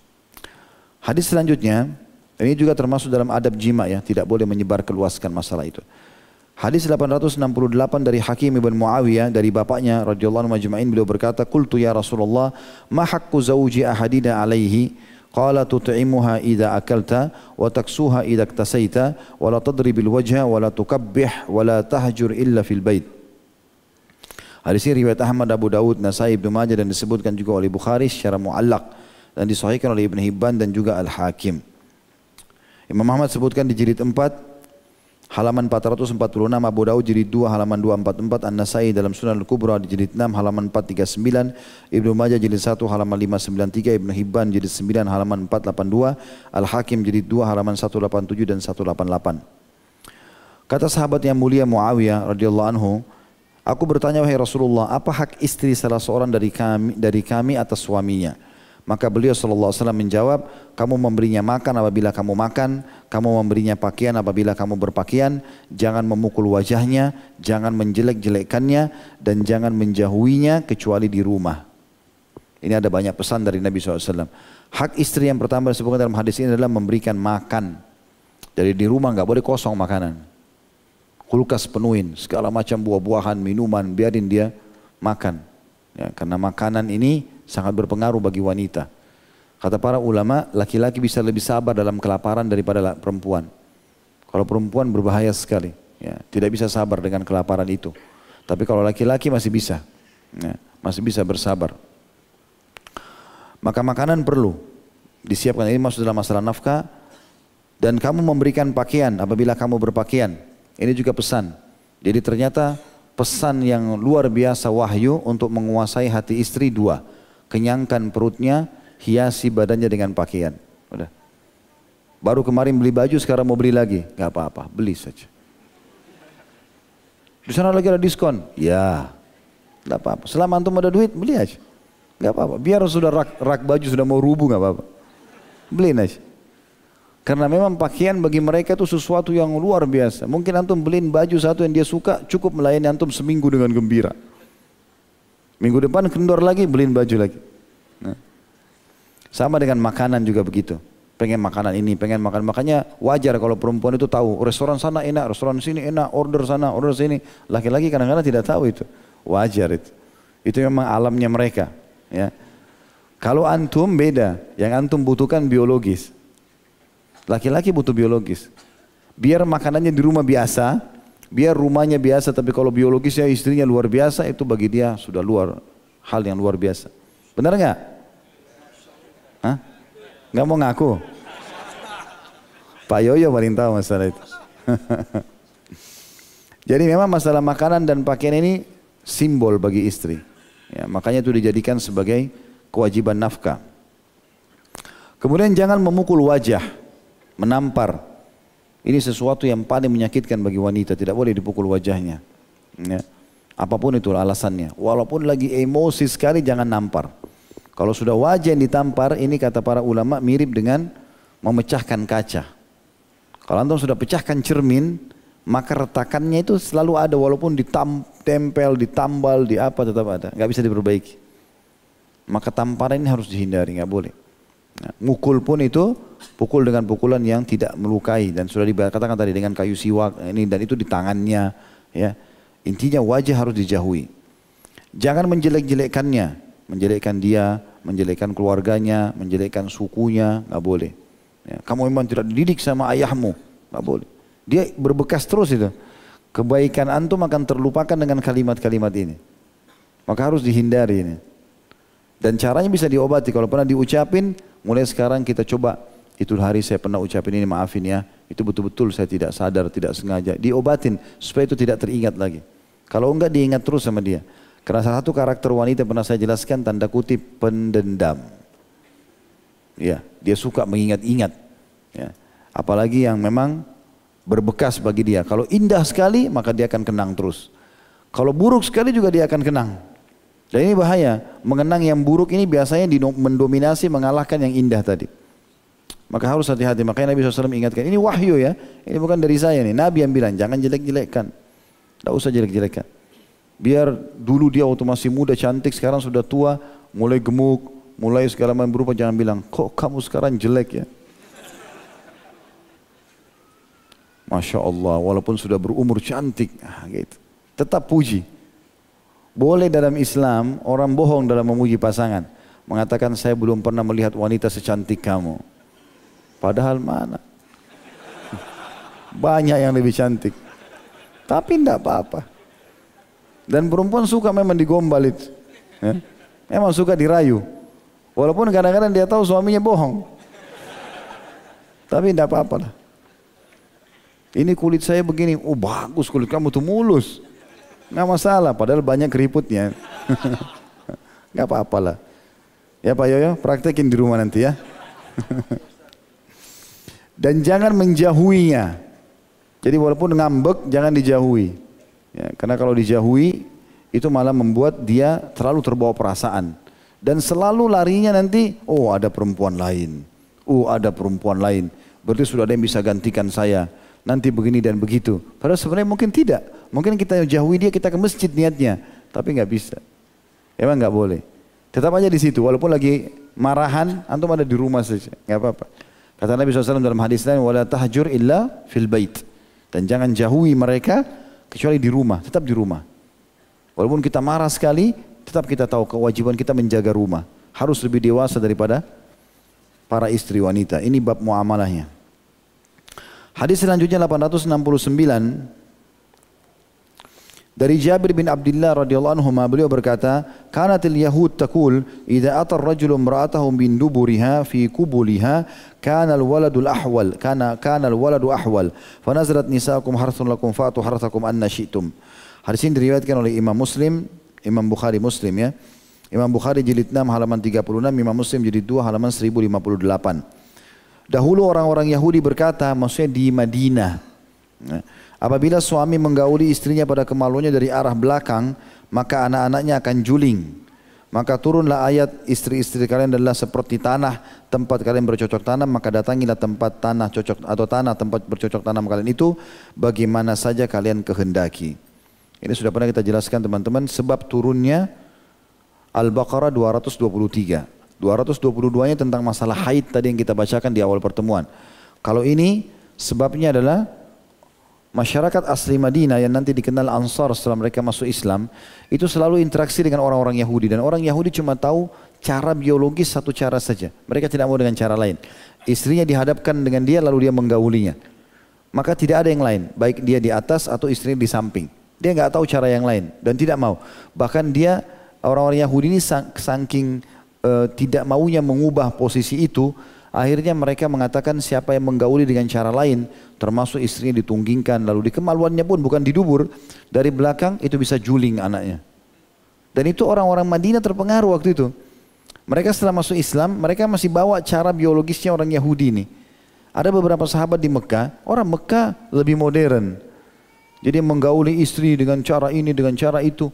Hadis selanjutnya, ini juga termasuk dalam adab jima ya, tidak boleh menyebar keluaskan masalah itu. Hadis 868 dari Hakim ibn Muawiyah dari bapaknya radhiyallahu anhu majma'in, beliau berkata, "Qultu ya Rasulullah, ma haqqu zawji ahadina alaihi?" Qala tut'imuha idza akalta wa taksuha idza iktasaita wa la tadribil wajha wa la tukabbih wa la tahjur illa fil bait. Hadis ini riwayat Ahmad, Abu Daud, Nasai, Ibnu Majah dan disebutkan juga oleh Bukhari secara muallaq dan disahihkan oleh Ibn Hibban dan juga Al-Hakim. Imam Ahmad sebutkan di jilid 4 halaman 446, Abu Daud jilid 2 halaman 244, An-Nasai dalam Sunan Al-Kubra di jilid 6 halaman 439, Ibnu Majah jilid 1 halaman 593, Ibnu Hibban jilid 9 halaman 482, Al-Hakim jilid 2 halaman 187 dan 188. Kata sahabat yang mulia Muawiyah radhiyallahu anhu, aku bertanya wahai Rasulullah, apa hak istri salah seorang dari kami atas suaminya? Maka beliau sallallahu alaihi wasallam menjawab, kamu memberinya makan apabila kamu makan, kamu memberinya pakaian apabila kamu berpakaian, jangan memukul wajahnya, jangan menjelek-jelekkannya, dan jangan menjauhinya kecuali di rumah. Ini ada banyak pesan dari Nabi SAW. Hak istri yang pertama disebutkan dalam hadis ini adalah memberikan makan. Jadi di rumah nggak boleh kosong makanan. Kulkas penuhin, segala macam buah-buahan, minuman, biarin dia makan. Ya, karena makanan ini sangat berpengaruh bagi wanita. Kata para ulama, laki-laki bisa lebih sabar dalam kelaparan daripada perempuan. Kalau perempuan berbahaya sekali, ya, tidak bisa sabar dengan kelaparan itu. Tapi kalau laki-laki masih bisa, ya, masih bisa bersabar. Maka makanan perlu disiapkan, ini masuk dalam masalah nafkah. Dan kamu memberikan pakaian apabila kamu berpakaian. Ini juga pesan. Jadi ternyata pesan yang luar biasa wahyu untuk menguasai hati istri dua. Kenyangkan perutnya, hiasi badannya dengan pakaian. Udah. Baru kemarin beli baju, sekarang mau beli lagi. Gak apa-apa, beli saja. Di sana lagi ada diskon. Ya, gak apa-apa. Selama antum ada duit, beli aja. Gak apa-apa. Biar sudah rak baju sudah mau rubuh, gak apa-apa. Beliin aja. Karena memang pakaian bagi mereka itu sesuatu yang luar biasa. Mungkin antum beliin baju satu yang dia suka, cukup melayani antum seminggu dengan gembira. Minggu depan kendor lagi, beliin baju lagi. Nah. Sama dengan makanan juga begitu. Pengen makanan ini, pengen makan. Makanya wajar kalau perempuan itu tahu, restoran sana enak, restoran sini enak, order sana, order sini. Laki-laki kadang-kadang tidak tahu itu. Wajar itu. Itu memang alamnya mereka. Ya. Kalau antum beda, yang antum butuhkan biologis. Laki-laki butuh biologis. Biar makanannya di rumah biasa, biar rumahnya biasa, tapi kalau biologisnya istrinya luar biasa, itu bagi dia sudah hal yang luar biasa. Benar nggak? Hah? Nggak mau ngaku? Pak Yoyo paling tahu masalah itu. Jadi memang masalah makanan dan pakaian ini simbol bagi istri. Ya, makanya itu dijadikan sebagai kewajiban nafkah. Kemudian jangan memukul wajah. Menampar, ini sesuatu yang paling menyakitkan bagi wanita, tidak boleh dipukul wajahnya. Ya. Apapun itu alasannya, walaupun lagi emosi sekali jangan nampar. Kalau sudah wajah yang ditampar, ini kata para ulama mirip dengan memecahkan kaca. Kalau antum sudah pecahkan cermin, maka retakannya itu selalu ada, walaupun ditempel, ditambal, di apa tetap ada, nggak bisa diperbaiki. Maka tamparan ini harus dihindari, nggak boleh. Nah, mukul pun itu pukul dengan pukulan yang tidak melukai, dan sudah dikatakan tadi dengan kayu siwak ini, dan itu di tangannya. Ya, intinya wajah harus dijauhi. Jangan menjelek-jelekkannya, menjelekkan dia, menjelekkan keluarganya, menjelekkan sukunya, nggak boleh. Ya, kamu memang tidak dididik sama ayahmu, nggak boleh. Dia berbekas terus itu. Kebaikan antum akan terlupakan dengan kalimat-kalimat ini. Maka harus dihindari ini. Dan caranya bisa diobati. Kalau pernah diucapin, mulai sekarang kita coba. Itu hari saya pernah ucapin ini, maafin ya. Itu betul-betul saya tidak sadar, tidak sengaja. Diobatin supaya itu tidak teringat lagi. Kalau enggak diingat terus sama dia. Karena salah satu karakter wanita pernah saya jelaskan, tanda kutip pendendam. Ya, dia suka mengingat-ingat. Ya. Apalagi yang memang berbekas bagi dia. Kalau indah sekali maka dia akan kenang terus. Kalau buruk sekali juga dia akan kenang. Dan ini bahaya, mengenang yang buruk ini biasanya mendominasi, mengalahkan yang indah tadi. Maka harus hati-hati. Makanya Nabi SAW ingatkan, ini wahyu ya, ini bukan dari saya nih. Nabi yang bilang, jangan jelek-jelekkan. Tidak usah jelek-jelekkan. Biar dulu dia waktu masih muda, cantik, sekarang sudah tua, mulai gemuk, mulai segala macam berupa, jangan bilang, kok kamu sekarang jelek ya. Masya Allah, walaupun sudah berumur cantik, gitu. Tetap puji. Boleh dalam Islam orang bohong dalam memuji pasangan. Mengatakan saya belum pernah melihat wanita secantik kamu. Padahal mana? Banyak yang lebih cantik. Tapi tidak apa-apa. Dan perempuan suka memang digombal itu. Ya? Memang suka dirayu. Walaupun kadang-kadang dia tahu suaminya bohong. Tapi tidak apa-apa lah. Ini kulit saya begini. Oh bagus, kulit kamu tuh mulus. Nggak masalah, padahal banyak keriputnya. Nggak apa-apa lah. Ya Pak Yoyo, praktekin di rumah nanti ya. Dan jangan menjauhinya. Jadi walaupun ngambek jangan dijauhi. Ya, karena kalau dijauhi itu malah membuat dia terlalu terbawa perasaan. Dan selalu larinya nanti, oh ada perempuan lain. Oh ada perempuan lain. Berarti sudah ada yang bisa gantikan saya. Nanti begini dan begitu. Padahal sebenarnya mungkin tidak. Mungkin kita jauhi dia, kita ke masjid niatnya. Tapi nggak bisa. Emang nggak boleh. Tetap aja di situ. Walaupun lagi marahan, antum ada di rumah saja. Nggak apa-apa. Kata Nabi SAW dalam hadis lain, wala tahjur illa fil bait. Dan jangan jauhi mereka kecuali di rumah. Tetap di rumah. Walaupun kita marah sekali, tetap kita tahu kewajiban kita menjaga rumah. Harus lebih dewasa daripada para istri wanita. Ini bab muamalahnya. Hadis selanjutnya 869 dari Jabir bin Abdullah radhiyallahu anhu, beliau berkata, "Kanatil yahud taqul idza ata ar-rajulu imra'atahu min duburiha fi qubuliha kana al-waladul ahwal kana al-waladu ahwal fa nazalat nisaakum harthun lakum fa'tu harthakum anna syi'tum." Hadis ini diriwayatkan oleh Imam Muslim, Imam Bukhari Muslim ya. Imam Bukhari jilid 6 halaman 36, Imam Muslim jilid 2 halaman 1058. Dahulu orang-orang Yahudi berkata, maksudnya di Madinah, apabila suami menggauli istrinya pada kemaluannya dari arah belakang, maka anak-anaknya akan juling. Maka turunlah ayat, istri-istri kalian adalah seperti tanah tempat kalian bercocok tanam, maka datangilah tempat tanah cocok atau tanah tempat bercocok tanam kalian itu bagaimana saja kalian kehendaki. Ini sudah pernah kita jelaskan teman-teman, sebab turunnya Al-Baqarah 223. 222-nya tentang masalah haid tadi yang kita bacakan di awal pertemuan. Kalau ini sebabnya adalah masyarakat asli Madinah yang nanti dikenal Ansar setelah mereka masuk Islam, itu selalu interaksi dengan orang-orang Yahudi. Dan orang Yahudi cuma tahu cara biologis satu cara saja. Mereka tidak mau dengan cara lain. Istrinya dihadapkan dengan dia lalu dia menggaulinya. Maka tidak ada yang lain, baik dia di atas atau istrinya di samping. Dia nggak tahu cara yang lain dan tidak mau. Bahkan dia, orang-orang Yahudi ini saking tidak maunya mengubah posisi itu, akhirnya mereka mengatakan siapa yang menggauli dengan cara lain, termasuk istrinya ditunggingkan, lalu di kemaluannya pun bukan di dubur, dari belakang itu bisa juling anaknya. Dan itu orang-orang Madinah terpengaruh waktu itu. Mereka setelah masuk Islam, mereka masih bawa cara biologisnya orang Yahudi ini. Ada beberapa sahabat di Mekah, orang Mekah lebih modern. Jadi menggauli istri dengan cara ini, dengan cara itu.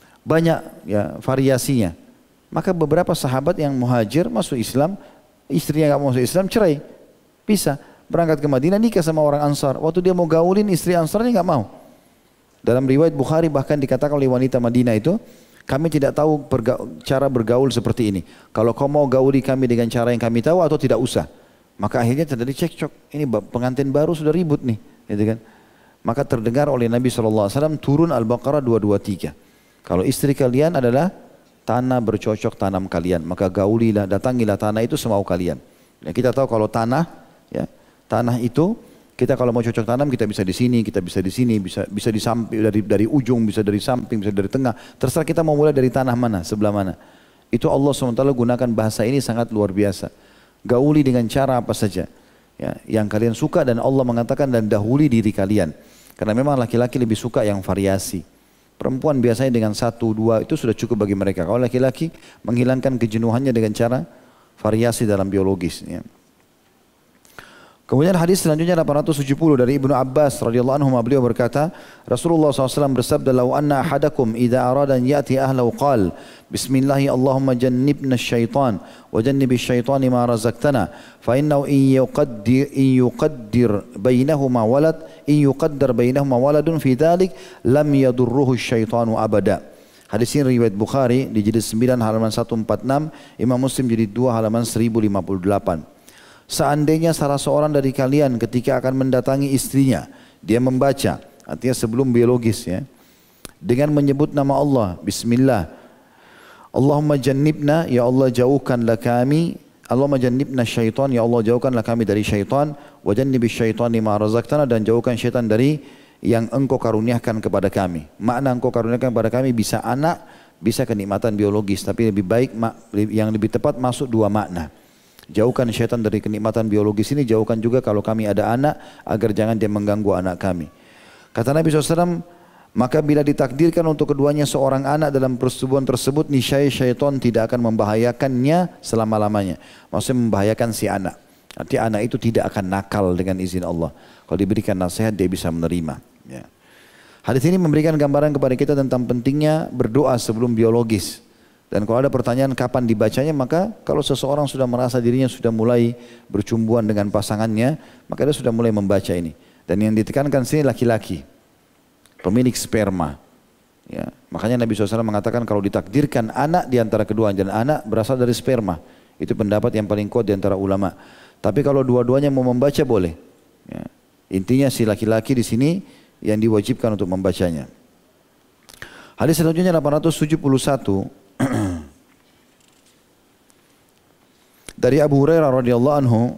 Banyak ya variasinya. Maka beberapa sahabat yang muhajir masuk Islam, istrinya nggak masuk Islam, cerai. Bisa berangkat ke Madinah nikah sama orang Ansar. Waktu dia mau gaulin istri Ansarnya nggak mau. Dalam riwayat Bukhari bahkan dikatakan oleh wanita Madinah itu, kami tidak tahu cara bergaul seperti ini. Kalau kau mau gauli kami dengan cara yang kami tahu atau tidak usah. Maka akhirnya terjadi cekcok. Ini pengantin baru sudah ribut nih, gitu kan? Maka terdengar oleh Nabi SAW turun Al-Baqarah 223. Kalau istri kalian adalah tanah bercocok tanam kalian, maka gaulilah, datangilah tanah itu semau kalian. Ya, kita tahu kalau tanah, ya, tanah itu kita kalau mau cocok tanam kita bisa di sini, kita bisa di sini, bisa di samping, dari ujung, bisa dari samping, bisa dari tengah. Terserah kita mau mulai dari tanah mana, sebelah mana. Itu Allah SWT gunakan bahasa ini sangat luar biasa. Gauli dengan cara apa saja, ya, yang kalian suka, dan Allah mengatakan dan dahuli diri kalian. Karena memang laki-laki lebih suka yang variasi. Perempuan biasanya dengan 1, 2 itu sudah cukup bagi mereka. Kalau laki-laki menghilangkan kejenuhannya dengan cara variasi dalam biologis. Ya. Kemudian hadis selanjutnya 870 dari Ibnu Abbas radhiyallahu anhu, beliau berkata, Rasulullah SAW bersabda, "Lau anna ahadakum idza arada an ya'ti ahlahu qala, Bismillahi Allahumma jannibna syaitan wa jannibi syaitani ma razaqtana, fa innahu in yuqaddir bainahuma waladun fi dhalik lam yadurruhu syaitanu abada." Hadis ini riwayat Bukhari di jilid 9 halaman 146, Imam Muslim jilid 2 halaman 1058. Seandainya salah seorang dari kalian ketika akan mendatangi istrinya, dia membaca, artinya sebelum biologis ya, dengan menyebut nama Allah, Bismillah, Allahumma jannibna, ya Allah jauhkanlah kami, Allahumma jannibna syaitan, ya Allah jauhkanlah kami dari syaitan, wa jannibi syaitani ma razaqtana, dan jauhkan syaitan dari yang engkau karuniakan kepada kami. Makna engkau karuniakan kepada kami bisa anak, bisa kenikmatan biologis, tapi lebih baik, yang lebih tepat masuk dua makna. Jauhkan syaitan dari kenikmatan biologis ini, jauhkan juga kalau kami ada anak, agar jangan dia mengganggu anak kami. Kata Nabi SAW, maka bila ditakdirkan untuk keduanya seorang anak dalam persetubuhan tersebut, niscaya syaitan tidak akan membahayakannya selama-lamanya. Maksudnya membahayakan si anak. Artinya anak itu tidak akan nakal dengan izin Allah. Kalau diberikan nasihat dia bisa menerima. Ya. Hadis ini memberikan gambaran kepada kita tentang pentingnya berdoa sebelum biologis. Dan kalau ada pertanyaan kapan dibacanya, maka kalau seseorang sudah merasa dirinya sudah mulai bercumbuan dengan pasangannya, maka dia sudah mulai membaca ini. Dan yang ditekankan sini laki-laki, pemilik sperma. Ya. Makanya Nabi SAW mengatakan kalau ditakdirkan anak di antara keduanya, dan anak berasal dari sperma. Itu pendapat yang paling kuat di antara ulama. Tapi kalau dua-duanya mau membaca boleh. Ya. Intinya si laki-laki di sini yang diwajibkan untuk membacanya. Hadis selanjutnya 871 dari Abu Hurairah radhiyallahu anhu,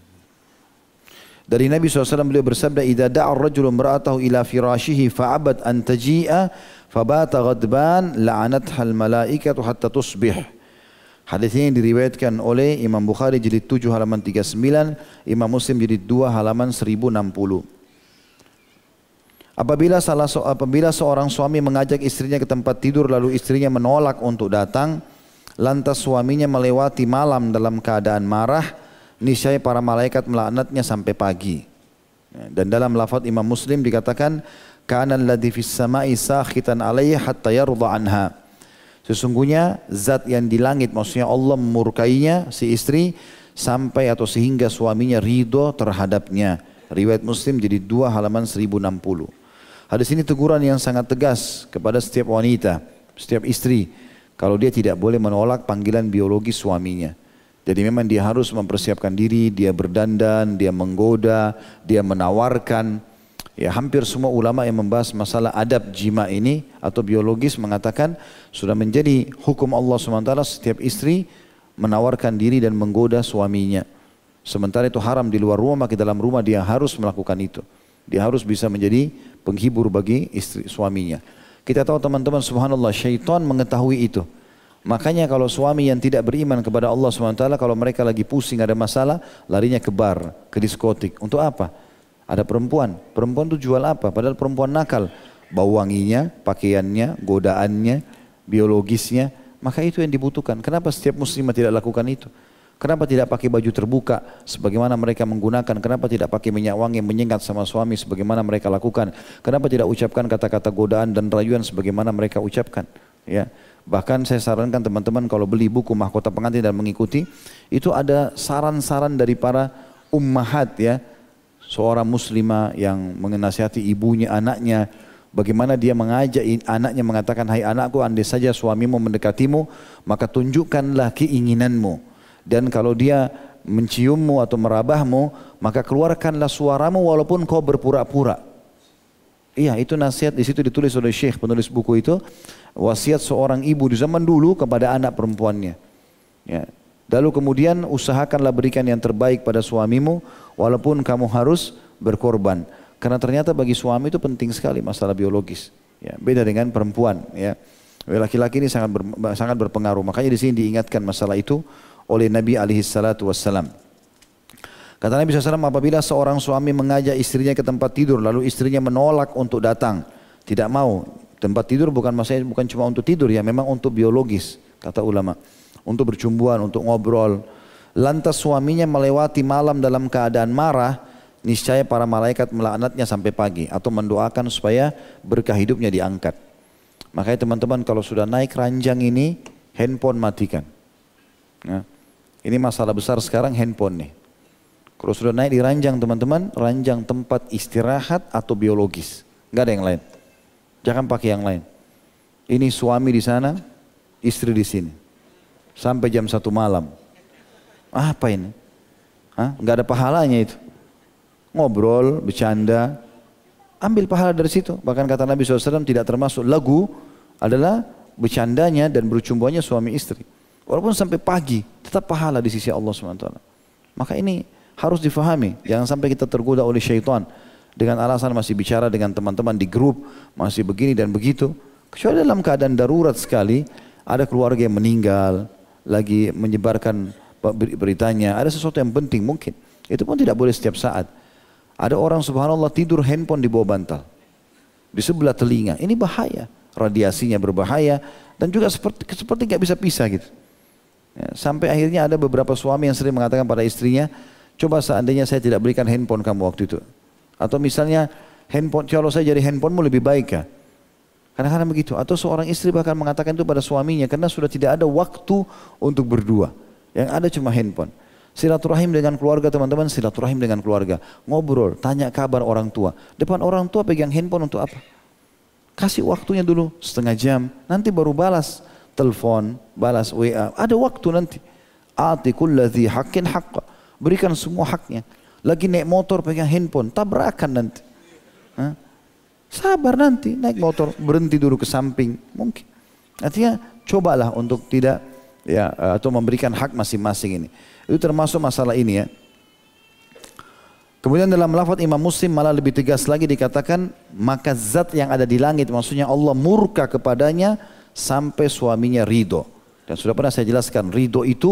dari Nabi SAW beliau bersabda, "Idza da'a ar-rajulu imra'atahu ila firashihi fa'abat an taji'a fabata ghadban la'anatha al-malaikatu hatta tusbih." Hadis ini diriwayatkan oleh Imam Bukhari jilid 7 halaman 39, Imam Muslim jilid 2 halaman 1060. Apabila seorang suami mengajak istrinya ke tempat tidur lalu istrinya menolak untuk datang, lantas suaminya melewati malam dalam keadaan marah, niscaya para malaikat melaknatnya sampai pagi. Dan dalam lafaz Imam Muslim dikatakan, kana alladhi fis sama'i sakhitan 'alayha hatta yarda anha. Sesungguhnya zat yang di langit, maksudnya Allah memurkainya si istri sampai atau sehingga suaminya ridho terhadapnya. Riwayat Muslim jadi 2 halaman 1060. Hadis ini teguran yang sangat tegas kepada setiap wanita, setiap istri, kalau dia tidak boleh menolak panggilan biologis suaminya. Jadi memang dia harus mempersiapkan diri, dia berdandan, dia menggoda, dia menawarkan. Ya, hampir semua ulama yang membahas masalah adab jima ini atau biologis mengatakan sudah menjadi hukum Allah SWT setiap istri menawarkan diri dan menggoda suaminya. Sementara itu haram di luar rumah, maka dalam rumah dia harus melakukan itu. Dia harus bisa menjadi penghibur bagi istri suaminya. Kita tahu teman-teman, subhanallah, syaitan mengetahui itu. Makanya kalau suami yang tidak beriman kepada Allah SWT, kalau mereka lagi pusing ada masalah, larinya ke bar, ke diskotik. Untuk apa? Ada perempuan itu jual apa? Padahal perempuan nakal. Bau wanginya, pakaiannya, godaannya, biologisnya. Maka itu yang dibutuhkan. Kenapa setiap muslimah tidak lakukan itu? Kenapa tidak pakai baju terbuka sebagaimana mereka menggunakan? Kenapa tidak pakai minyak wangi menyengat sama suami sebagaimana mereka lakukan? Kenapa tidak ucapkan kata-kata godaan dan rayuan sebagaimana mereka ucapkan? Ya. Bahkan saya sarankan teman-teman kalau beli buku Mahkota Pengantin dan mengikuti, itu ada saran-saran dari para ummahat ya. Seorang muslimah yang menasihati ibunya, anaknya, bagaimana dia mengajak anaknya mengatakan, hai anakku, andai saja suamimu mendekatimu, maka tunjukkanlah keinginanmu. Dan kalau dia menciummu atau merabahmu, maka keluarkanlah suaramu walaupun kau berpura-pura. Iya, itu nasihat di situ ditulis oleh Syekh penulis buku itu, wasiat seorang ibu di zaman dulu kepada anak perempuannya. Ya. Lalu kemudian usahakanlah berikan yang terbaik pada suamimu walaupun kamu harus berkorban. Karena ternyata bagi suami itu penting sekali masalah biologis. Ya, beda dengan perempuan. Ya. Laki-laki ini sangat berpengaruh. Makanya di sini diingatkan masalah itu oleh Nabi SAW. Kata Nabi SAW, apabila seorang suami mengajak istrinya ke tempat tidur lalu istrinya menolak untuk datang, tidak mau. Tempat tidur bukan cuma untuk tidur ya, memang untuk biologis kata ulama. Untuk bercumbuan, untuk ngobrol. Lantas suaminya melewati malam dalam keadaan marah, niscaya para malaikat melaknatnya sampai pagi atau mendoakan supaya berkah hidupnya diangkat. Makanya teman-teman kalau sudah naik ranjang ini, handphone matikan. Nah, ini masalah besar sekarang handphone nih. Kalau sudah naik di ranjang teman-teman, ranjang tempat istirahat atau biologis. Nggak ada yang lain. Jangan pakai yang lain. Ini suami di sana, istri di sini. Sampai jam 1 malam. Apa ini? Nggak ada pahalanya itu. Ngobrol, bercanda, ambil pahala dari situ. Bahkan kata Nabi SAW tidak termasuk lagu adalah bercandanya dan bercumbuannya suami istri. Walaupun sampai pagi, tetap pahala di sisi Allah SWT. Maka ini harus difahami. Jangan sampai kita tergoda oleh syaitan. Dengan alasan masih bicara dengan teman-teman di grup, masih begini dan begitu. Kecuali dalam keadaan darurat sekali, ada keluarga yang meninggal, lagi menyebarkan beritanya, ada sesuatu yang penting mungkin. Itu pun tidak boleh setiap saat. Ada orang subhanallah tidur handphone di bawah bantal. Di sebelah telinga. Ini bahaya. Radiasinya berbahaya. Dan juga seperti nggak bisa pisah gitu. Ya, sampai akhirnya ada beberapa suami yang sering mengatakan pada istrinya, Coba seandainya saya tidak berikan handphone kamu waktu itu. Atau misalnya handphone, kalau saya jadi handphonemu lebih baik ya. Kadang-kadang begitu. Atau seorang istri bahkan mengatakan itu pada suaminya karena sudah tidak ada waktu untuk berdua. Yang ada cuma handphone. Silaturahim dengan keluarga teman-teman, silaturahim dengan keluarga. Ngobrol, tanya kabar orang tua. Depan orang tua pegang handphone untuk apa? Kasih waktunya dulu setengah jam, nanti baru balas telepon, balas WA. Ada waktu nanti. Ati kulladzi haqqin haqqa. Berikan semua haknya. Lagi naik motor pegang handphone, tabrakan nanti. Hah? Sabar nanti naik motor, berhenti dulu ke samping. Mungkin. Artinya cobalah untuk tidak ya atau memberikan hak masing-masing ini. Itu termasuk masalah ini ya. Kemudian dalam lafaz Imam Muslim malah lebih tegas lagi dikatakan maka zat yang ada di langit, maksudnya Allah murka kepadanya sampai suaminya ridho. Dan sudah pernah saya jelaskan ridho itu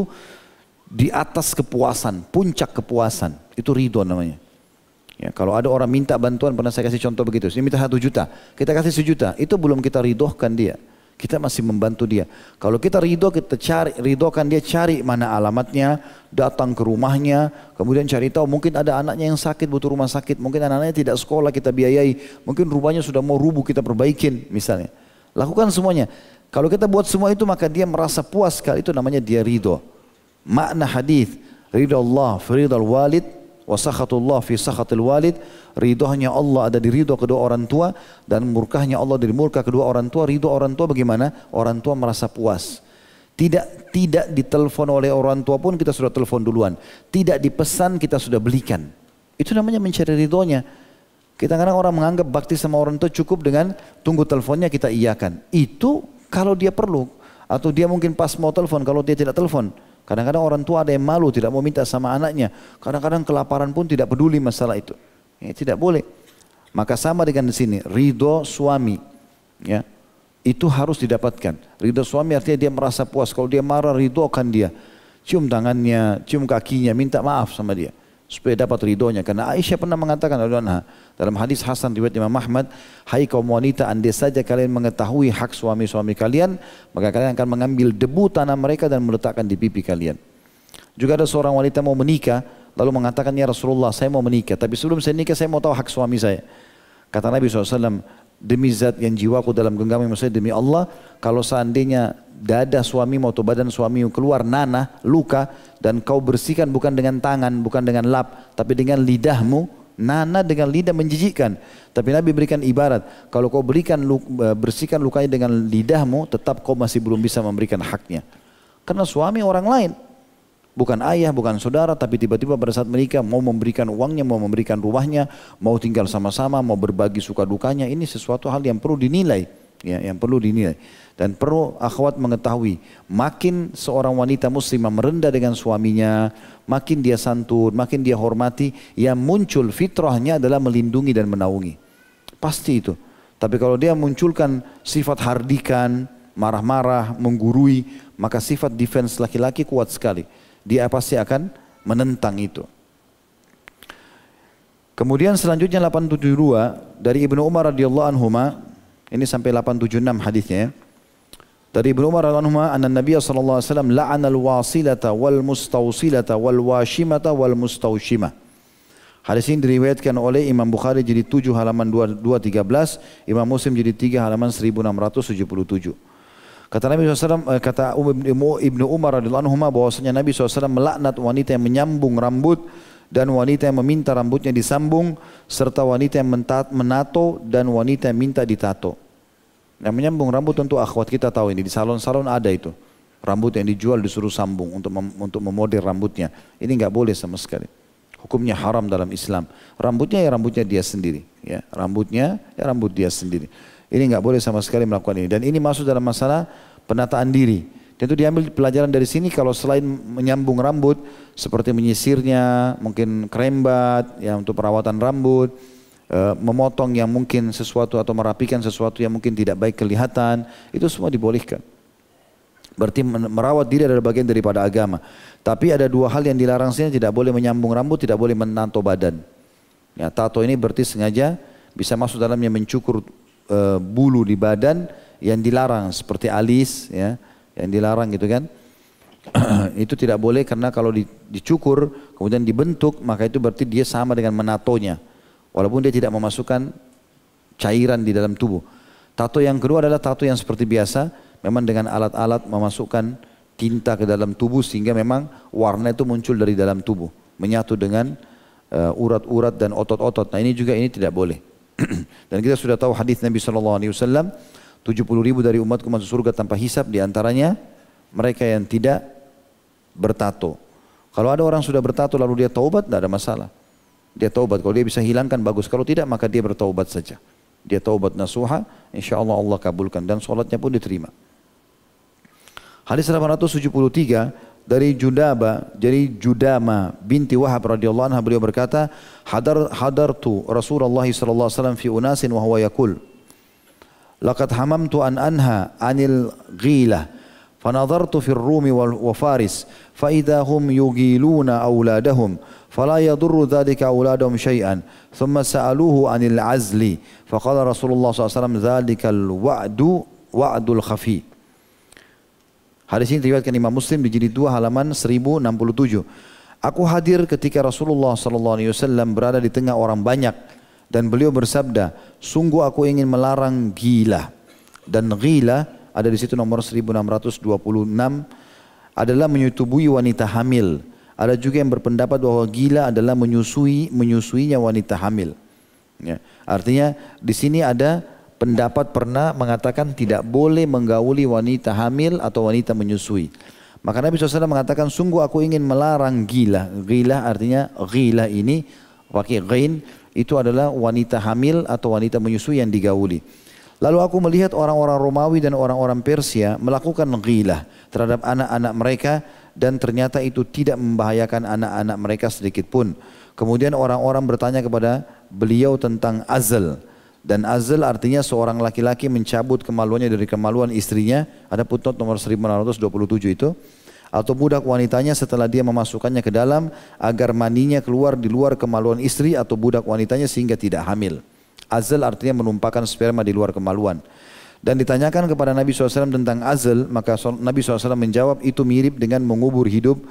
di atas kepuasan, puncak kepuasan, itu ridho namanya. Ya, kalau ada orang minta bantuan, pernah saya kasih contoh begitu, dia minta 1 juta, kita kasih 1 juta, itu belum kita ridhokan dia. Kita masih membantu dia. Kalau kita ridho, kita cari, ridhokan dia, cari mana alamatnya, datang ke rumahnya, kemudian cari tahu mungkin ada anaknya yang sakit, butuh rumah sakit, mungkin anak-anaknya tidak sekolah, kita biayai, mungkin rumahnya sudah mau rubuh, kita perbaikin misalnya. Lakukan semuanya. Kalau kita buat semua itu maka dia merasa puas sekali, itu namanya dia ridho. Makna hadis ridho Allah fi ridhal walid wa sakhatullah fi sakhatil walid, ridhonya Allah ada di ridho kedua orang tua dan murkahnya Allah dari murka kedua orang tua. Ridho orang tua bagaimana? Orang tua merasa puas. Tidak ditelepon oleh orang tua pun kita sudah telepon duluan. Tidak dipesan kita sudah belikan. Itu namanya mencari ridhonya. Kita kadang orang menganggap bakti sama orang tua cukup dengan tunggu teleponnya kita iyakan. Itu kalau dia perlu atau dia mungkin pas mau telepon, kalau dia tidak telepon. Kadang-kadang orang tua ada yang malu, tidak mau minta sama anaknya. Kadang-kadang kelaparan pun tidak peduli masalah itu. Ya, tidak boleh. Maka sama dengan di sini, ridho suami, ya, itu harus didapatkan. Ridho suami artinya dia merasa puas. Kalau dia marah, ridhokan dia. Cium tangannya, cium kakinya, minta maaf sama dia. Supaya dapat ridhonya. Karena Aisyah pernah mengatakan dalam hadis Hasan riwayat Imam Ahmad, hai kaum wanita, andai saja kalian mengetahui hak suami-suami kalian, maka kalian akan mengambil debu tanah mereka dan meletakkan di pipi kalian. Juga ada seorang wanita mau menikah, lalu mengatakan, ya Rasulullah saya mau menikah, tapi sebelum saya nikah saya mau tahu hak suami saya. Kata Nabi SAW, demi zat yang jiwaku dalam genggaman maksudnya demi Allah, kalau seandainya dada suamimu atau badan suamimu keluar nanah, luka, dan kau bersihkan bukan dengan tangan, bukan dengan lap, tapi dengan lidahmu, nanah dengan lidah menjijikkan. Tapi Nabi berikan ibarat, kalau kau bersihkan lukanya dengan lidahmu, tetap kau masih belum bisa memberikan haknya. Karena suami orang lain. Bukan ayah, bukan saudara, tapi tiba-tiba pada saat menikah mau memberikan uangnya, mau memberikan rumahnya, mau tinggal sama-sama, mau berbagi suka dukanya. Ini sesuatu hal yang perlu dinilai, ya, yang perlu dinilai. Dan perlu akhwat mengetahui, makin seorang wanita muslimah merendah dengan suaminya, makin dia santun, makin dia hormati, yang muncul fitrahnya adalah melindungi dan menaungi. Pasti itu. Tapi kalau dia munculkan sifat hardikan, marah-marah, menggurui, maka sifat defense laki-laki kuat sekali. Dia pasti akan menentang itu. Kemudian selanjutnya 872 dari Ibnu Umar radhiyallahu anhuma, ini sampai 876 hadisnya ya. Dari Ibnu Umar radhiyallahu anhuma, anna Nabi sallallahu alaihi wasallam la'ana al-wasilata wal mustawsilata wal washimata wal mustawshimah. Hadis ini diriwayatkan oleh Imam Bukhari jadi 7 halaman 213, Imam Muslim jadi 3 halaman 1677. Kata Nabi SAW, kata Ibnu Umar radhiyallahu anhu bahwasanya Nabi SAW melaknat wanita yang menyambung rambut dan wanita yang meminta rambutnya disambung, serta wanita yang menato dan wanita yang minta ditato. Yang menyambung rambut tentu akhwat kita tahu ini, di salon-salon ada itu. Rambut yang dijual disuruh sambung untuk memodel rambutnya. Ini enggak boleh sama sekali. Hukumnya haram dalam Islam. Rambutnya ya rambutnya dia sendiri, ya. Rambutnya ya rambut dia sendiri. Ini enggak boleh sama sekali melakukan ini. Dan ini masuk dalam masalah penataan diri. Tentu diambil pelajaran dari sini, kalau selain menyambung rambut seperti menyisirnya, mungkin krembat ya untuk perawatan rambut, memotong yang mungkin sesuatu atau merapikan sesuatu yang mungkin tidak baik kelihatan, itu semua dibolehkan. Berarti merawat diri adalah bagian daripada agama. Tapi ada 2 hal yang dilarang sini, tidak boleh menyambung rambut, tidak boleh menato badan. Ya, tato ini berarti sengaja bisa masuk dalamnya mencukur bulu di badan yang dilarang seperti alis ya, yang dilarang gitu kan. Itu tidak boleh karena kalau dicukur kemudian dibentuk maka itu berarti dia sama dengan menatonya. Walaupun dia tidak memasukkan cairan di dalam tubuh. Tato yang kedua adalah tato yang seperti biasa, memang dengan alat-alat memasukkan tinta ke dalam tubuh sehingga memang warna itu muncul dari dalam tubuh, menyatu dengan urat-urat dan otot-otot. Nah ini juga ini tidak boleh. Dan kita sudah tahu hadis Nabi SAW, 70.000 dari umatku masuk surga tanpa hisab, diantaranya mereka yang tidak bertato. Kalau ada orang sudah bertato lalu dia taubat, tidak ada masalah. Dia taubat, kalau dia bisa hilangkan bagus, kalau tidak maka dia bertaubat saja. Dia taubat nasuha, insya Allah Allah kabulkan dan sholatnya pun diterima. Hadis 873 dari Judama binti Wahab radhiyallahu anha, beliau berkata, hadartu Rasulullah sallallahu alaihi wasallam fi unasin wa huwa yaqul laqad hamamtu an anha anil ghilah fanadhartu fi ar-Rum wa Faris fa idha hum yughiluna auladahum fala yadurru dhalika auladahum shay'an thumma sa'aluhu anil azli faqala Rasulullah sallallahu alaihi wasallam dhalika wa'dul khafi. Hadis ini diriwayatkan Imam Muslim di jilid 2 halaman 1067. Aku hadir ketika Rasulullah SAW berada di tengah orang banyak dan beliau bersabda, sungguh aku ingin melarang gila. Dan gila ada di situ nomor 1626 adalah menyetubui wanita hamil. Ada juga yang berpendapat bahwa gila adalah menyusuinya wanita hamil. Ya. Artinya di sini ada pendapat pernah mengatakan tidak boleh menggauli wanita hamil atau wanita menyusui. Maka Nabi SAW mengatakan sungguh aku ingin melarang gila. Gila artinya gila ini pakai ghain itu adalah wanita hamil atau wanita menyusui yang digauli. Lalu aku melihat orang-orang Romawi dan orang-orang Persia melakukan ghilah terhadap anak-anak mereka dan ternyata itu tidak membahayakan anak-anak mereka sedikit pun. Kemudian orang-orang bertanya kepada beliau tentang azl. Dan azl artinya seorang laki-laki mencabut kemaluannya dari kemaluan istrinya. Ada footnote nomor 1627 itu. Atau budak wanitanya setelah dia memasukkannya ke dalam agar maninya keluar di luar kemaluan istri atau budak wanitanya sehingga tidak hamil. Azl artinya menumpahkan sperma di luar kemaluan. Dan ditanyakan kepada Nabi SAW tentang azl, maka Nabi SAW menjawab itu mirip dengan mengubur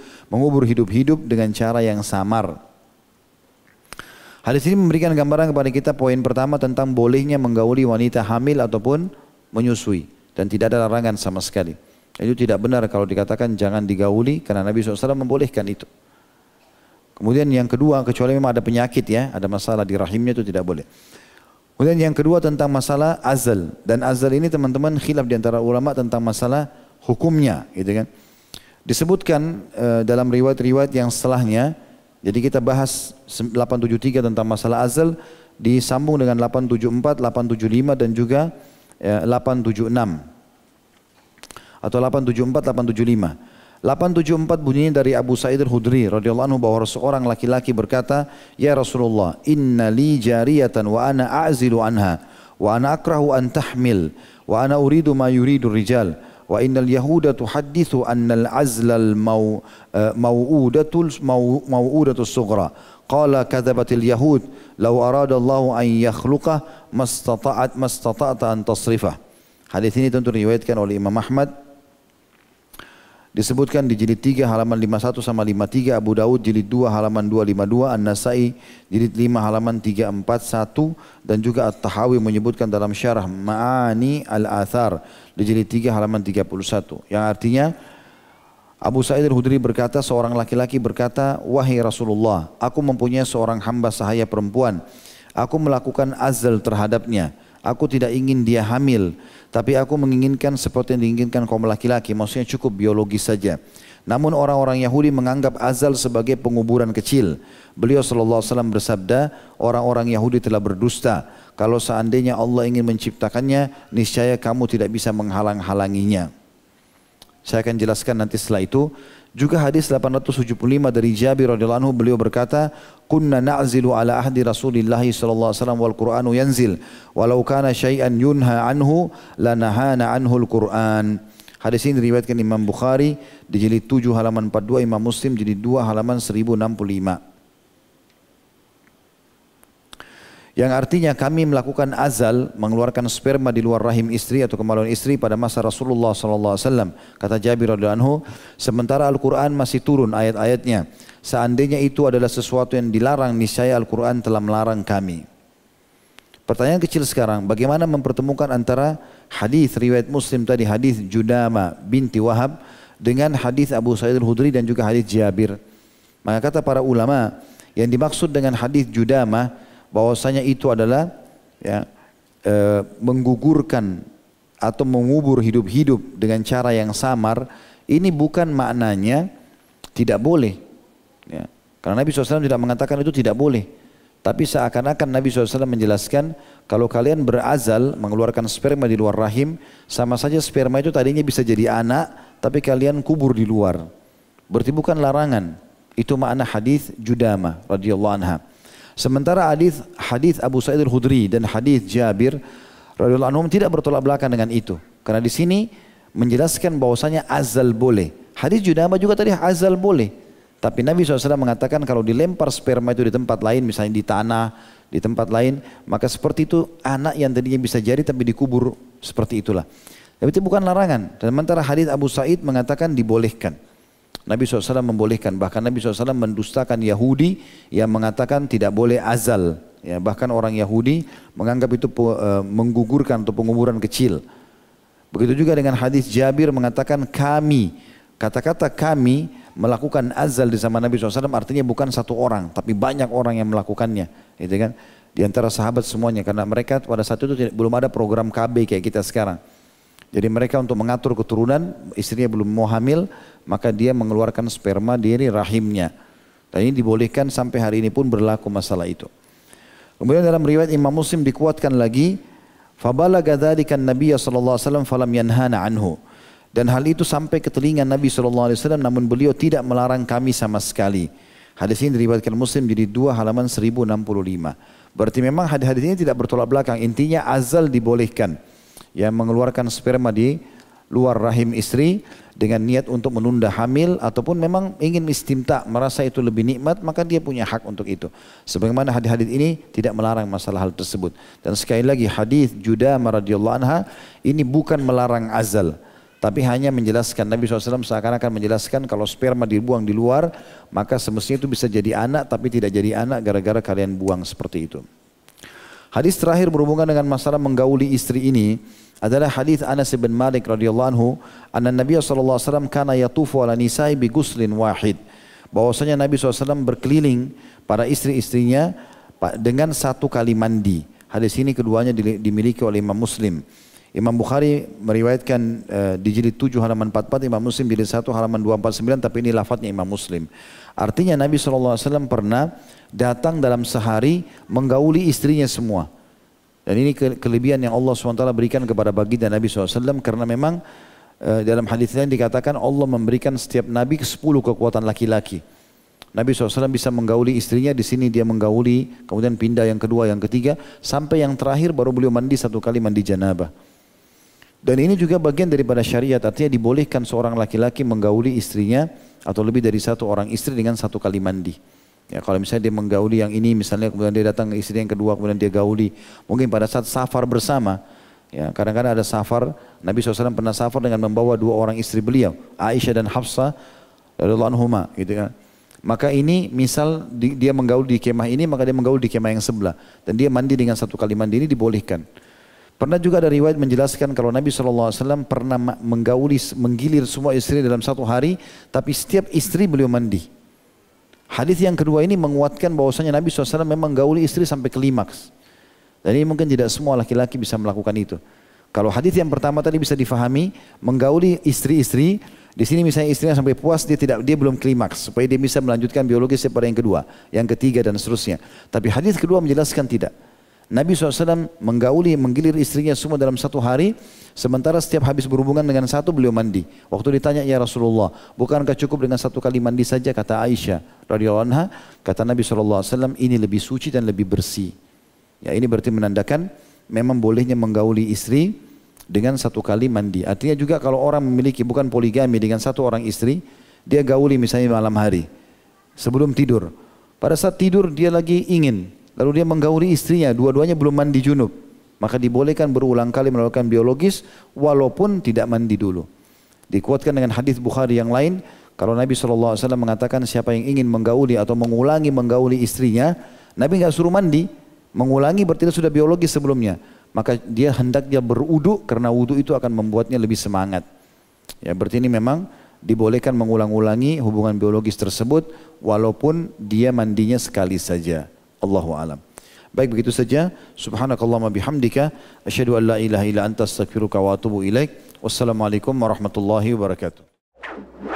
hidup dengan cara yang samar. Hadis ini memberikan gambaran kepada kita poin pertama tentang bolehnya menggauli wanita hamil ataupun menyusui. Dan tidak ada larangan sama sekali. Itu tidak benar kalau dikatakan jangan digauli karena Nabi SAW membolehkan itu. Kemudian yang kedua, kecuali memang ada penyakit ya, ada masalah di rahimnya itu tidak boleh. Kemudian yang kedua tentang masalah azal. Dan azal ini teman-teman khilaf di antara ulama tentang masalah hukumnya gitu kan. Disebutkan dalam riwayat-riwayat yang setelahnya. Jadi kita bahas 873 tentang masalah azal disambung dengan 874, 875 dan juga 876. Atau 874, 875. 874 bunyinya dari Abu Sa'id al-Khudri radhiyallahu anhu bahwa seorang laki-laki berkata, "Ya Rasulullah, inna li jariyatan wa ana a'zilu anha wa ana akrahu an tahmil wa ana uridu ma yuridu rijal wa innal yahuda tuhaddithu anna al-azla al-maw'udatul sughra." Qala kadzabatil yahud law arada Allah an yakhluqah mastata'ta an tasrifah. Hadis ini tentu diriwayatkan oleh Imam Ahmad. Disebutkan di jilid 3 halaman 51 sama 53, Abu Daud jilid 2 halaman 252, An-Nasai jilid 5 halaman 341 dan juga At-Tahawi menyebutkan dalam syarah Ma'ani Al-Athar di jilid 3 halaman 31. Yang artinya Abu Sa'id al-Khudri berkata, seorang laki-laki berkata, "Wahai Rasulullah, aku mempunyai seorang hamba sahaya perempuan. Aku melakukan azal terhadapnya. Aku tidak ingin dia hamil, tapi aku menginginkan seperti yang diinginkan kaum laki-laki, maksudnya cukup biologis saja. Namun orang-orang Yahudi menganggap azal sebagai penguburan kecil. Beliau SAW bersabda, orang-orang Yahudi telah berdusta. Kalau seandainya Allah ingin menciptakannya, niscaya kamu tidak bisa menghalang-halanginya." Saya akan jelaskan nanti setelah itu. Juga hadis 875 dari Jabir radhiyallahu anhu, beliau berkata, "Kunna na'zilu ala ahdi Rasulillah sallallahu alaihi wasallam wal Qur'anu yanzil, walau kana syai'an yunha anhu lanahana anhu al-Qur'an." Hadis ini diriwayatkan Imam Bukhari di jilid 7 halaman 42, Imam Muslim jilid 2 halaman 1065. Yang artinya kami melakukan azal, mengeluarkan sperma di luar rahim istri atau kemaluan istri pada masa Rasulullah SAW. Kata Jabir radhiyallahu anhu, sementara Al-Quran masih turun ayat-ayatnya. Seandainya itu adalah sesuatu yang dilarang, niscaya Al-Quran telah melarang kami. Pertanyaan kecil sekarang, bagaimana mempertemukan antara hadis riwayat Muslim tadi, hadis Judama binti Wahab, dengan hadis Abu Sa'id al-Khudri dan juga hadis Jabir? Maka kata para ulama, yang dimaksud dengan hadis Judama bahwasanya itu adalah menggugurkan atau mengubur hidup-hidup dengan cara yang samar. Ini bukan maknanya tidak boleh, ya. Karena Nabi SAW tidak mengatakan itu tidak boleh, tapi seakan-akan Nabi SAW menjelaskan kalau kalian berazal mengeluarkan sperma di luar rahim, sama saja sperma itu tadinya bisa jadi anak, tapi kalian kubur di luar. Berarti bukan larangan. Itu makna hadis Judama radhiyallahu anha. Sementara hadis Abu Sa'id al-Khudri dan hadis Jabir radhiyallahu anhum tidak bertolak belakang dengan itu. Karena di sini menjelaskan bahwasanya azal boleh. Hadis Judama juga tadi azal boleh. Tapi Nabi SAW mengatakan kalau dilempar sperma itu di tempat lain, misalnya di tanah, di tempat lain, maka seperti itu anak yang tadinya bisa jadi tapi dikubur, seperti itulah. Tapi itu bukan larangan. Dan sementara hadis Abu Sa'id mengatakan dibolehkan. Nabi SAW membolehkan, bahkan Nabi SAW mendustakan Yahudi yang mengatakan tidak boleh azal. Ya, bahkan orang Yahudi menganggap itu menggugurkan atau penguburan kecil. Begitu juga dengan hadis Jabir mengatakan kami. Kata-kata kami melakukan azal di zaman Nabi SAW artinya bukan satu orang, tapi banyak orang yang melakukannya. Gitu kan? Di antara sahabat semuanya, karena mereka pada saat itu belum ada program KB kayak kita sekarang. Jadi mereka untuk mengatur keturunan, istrinya belum mau hamil, maka dia mengeluarkan sperma dari rahimnya. Dan ini dibolehkan sampai hari ini pun berlaku masalah itu. Kemudian dalam riwayat Imam Muslim dikuatkan lagi, فَبَلَغَ ذَلِكَ النَّبِيَّ صَلَّى اللَّهُ عَلَيْهِ وَسَلَّمَ فَلَمْ يَنْهَانَ عَنْهُ. Dan hal itu sampai ke telinga Nabi SAW, namun beliau tidak melarang kami sama sekali. Hadis ini diriwayatkan Muslim jadi 2 halaman 1065. Berarti memang hadis-hadis ini tidak bertolak belakang. Intinya azal dibolehkan. Yang mengeluarkan sperma di luar rahim istri dengan niat untuk menunda hamil ataupun memang ingin istimta, merasa itu lebih nikmat, maka dia punya hak untuk itu. Sebagaimana hadis-hadis ini tidak melarang masalah hal tersebut. Dan sekali lagi hadis Judamah radhiyallahu anha ini bukan melarang azal, tapi hanya menjelaskan. Nabi SAW seakan-akan menjelaskan kalau sperma dibuang di luar, maka semestinya itu bisa jadi anak, tapi tidak jadi anak gara-gara kalian buang seperti itu. Hadis terakhir berhubungan dengan masalah menggauli istri ini adalah hadis Anas bin Malik radhiyallahu anhu, anna Nabi sallallahu alaihi wasallam kana yatufu ala nisa'i bi ghuslin wahid. Bahwasanya Nabi SAW berkeliling para istri-istrinya dengan satu kali mandi. Hadis ini keduanya dimiliki oleh Imam Muslim. Imam Bukhari meriwayatkan di jilid 7 halaman 44, Imam Muslim jilid 1 halaman 249, tapi ini lafadznya Imam Muslim. Artinya Nabi SAW pernah datang dalam sehari menggauli istrinya semua. Dan ini kelebihan yang Allah SWT berikan kepada baginda Nabi SAW, karena memang dalam hadis lain dikatakan Allah memberikan setiap Nabi 10 kekuatan laki-laki. Nabi SAW bisa menggauli istrinya, di sini dia menggauli, kemudian pindah yang kedua, yang ketiga, sampai yang terakhir baru beliau mandi 1 kali mandi janabah. Dan ini juga bagian daripada syariat, artinya dibolehkan seorang laki-laki menggauli istrinya atau lebih dari 1 orang istri dengan 1 kali mandi. Ya, kalau misalnya dia menggauli yang ini, misalnya kemudian dia datang ke istri yang kedua, kemudian dia gauli. Mungkin pada saat safar bersama, ya, kadang-kadang ada safar, Nabi SAW pernah safar dengan membawa 2 orang istri beliau, Aisyah dan Hafsah radhiyallahu anhuma, gitu kan. Maka ini misal dia menggauli di kemah ini, maka dia menggauli di kemah yang sebelah. Dan dia mandi dengan 1 kali mandi, ini dibolehkan. Pernah juga ada riwayat menjelaskan kalau Nabi SAW pernah menggilir semua istri dalam 1 hari, tapi setiap istri beliau mandi. Hadis yang kedua ini menguatkan bahwasanya Nabi SAW memang gauli istri sampai klimaks. Dan ini mungkin tidak semua laki-laki bisa melakukan itu. Kalau hadis yang pertama tadi bisa difahami, menggauli istri-istri, di sini misalnya istrinya sampai puas, dia belum klimaks, supaya dia bisa melanjutkan biologis pada yang kedua, yang ketiga dan seterusnya. Tapi hadis kedua menjelaskan tidak. Nabi SAW menggilir istrinya semua dalam 1 hari, sementara setiap habis berhubungan dengan 1 beliau mandi. Waktu ditanya, ya Rasulullah, bukankah cukup dengan 1 kali mandi saja? Kata Aisyah radhiyallahu anha, kata Nabi SAW, ini lebih suci dan lebih bersih. Ya, ini berarti menandakan memang bolehnya menggauli istri dengan 1 kali mandi. Artinya juga kalau orang memiliki bukan poligami dengan 1 orang istri, dia gauli misalnya malam hari sebelum tidur. Pada saat tidur dia lagi ingin lalu dia menggauli istrinya, dua-duanya belum mandi junub, maka dibolehkan berulang kali melakukan biologis walaupun tidak mandi dulu. Dikuatkan dengan hadis Bukhari yang lain, kalau Nabi SAW mengatakan siapa yang ingin menggauli atau mengulangi menggauli istrinya, Nabi nggak suruh mandi, mengulangi berarti dia sudah biologis sebelumnya, maka dia hendaknya berwudu karena wudu itu akan membuatnya lebih semangat. Ya, berarti ini memang dibolehkan mengulang-ulangi hubungan biologis tersebut walaupun dia mandinya sekali saja. Allahu a'lam. Baik, begitu saja. Subhanakallahumma bihamdika asyhadu an la ilaha illa anta astaghfiruka wa atubu ilaik. Wassalamualaikum warahmatullahi wabarakatuh.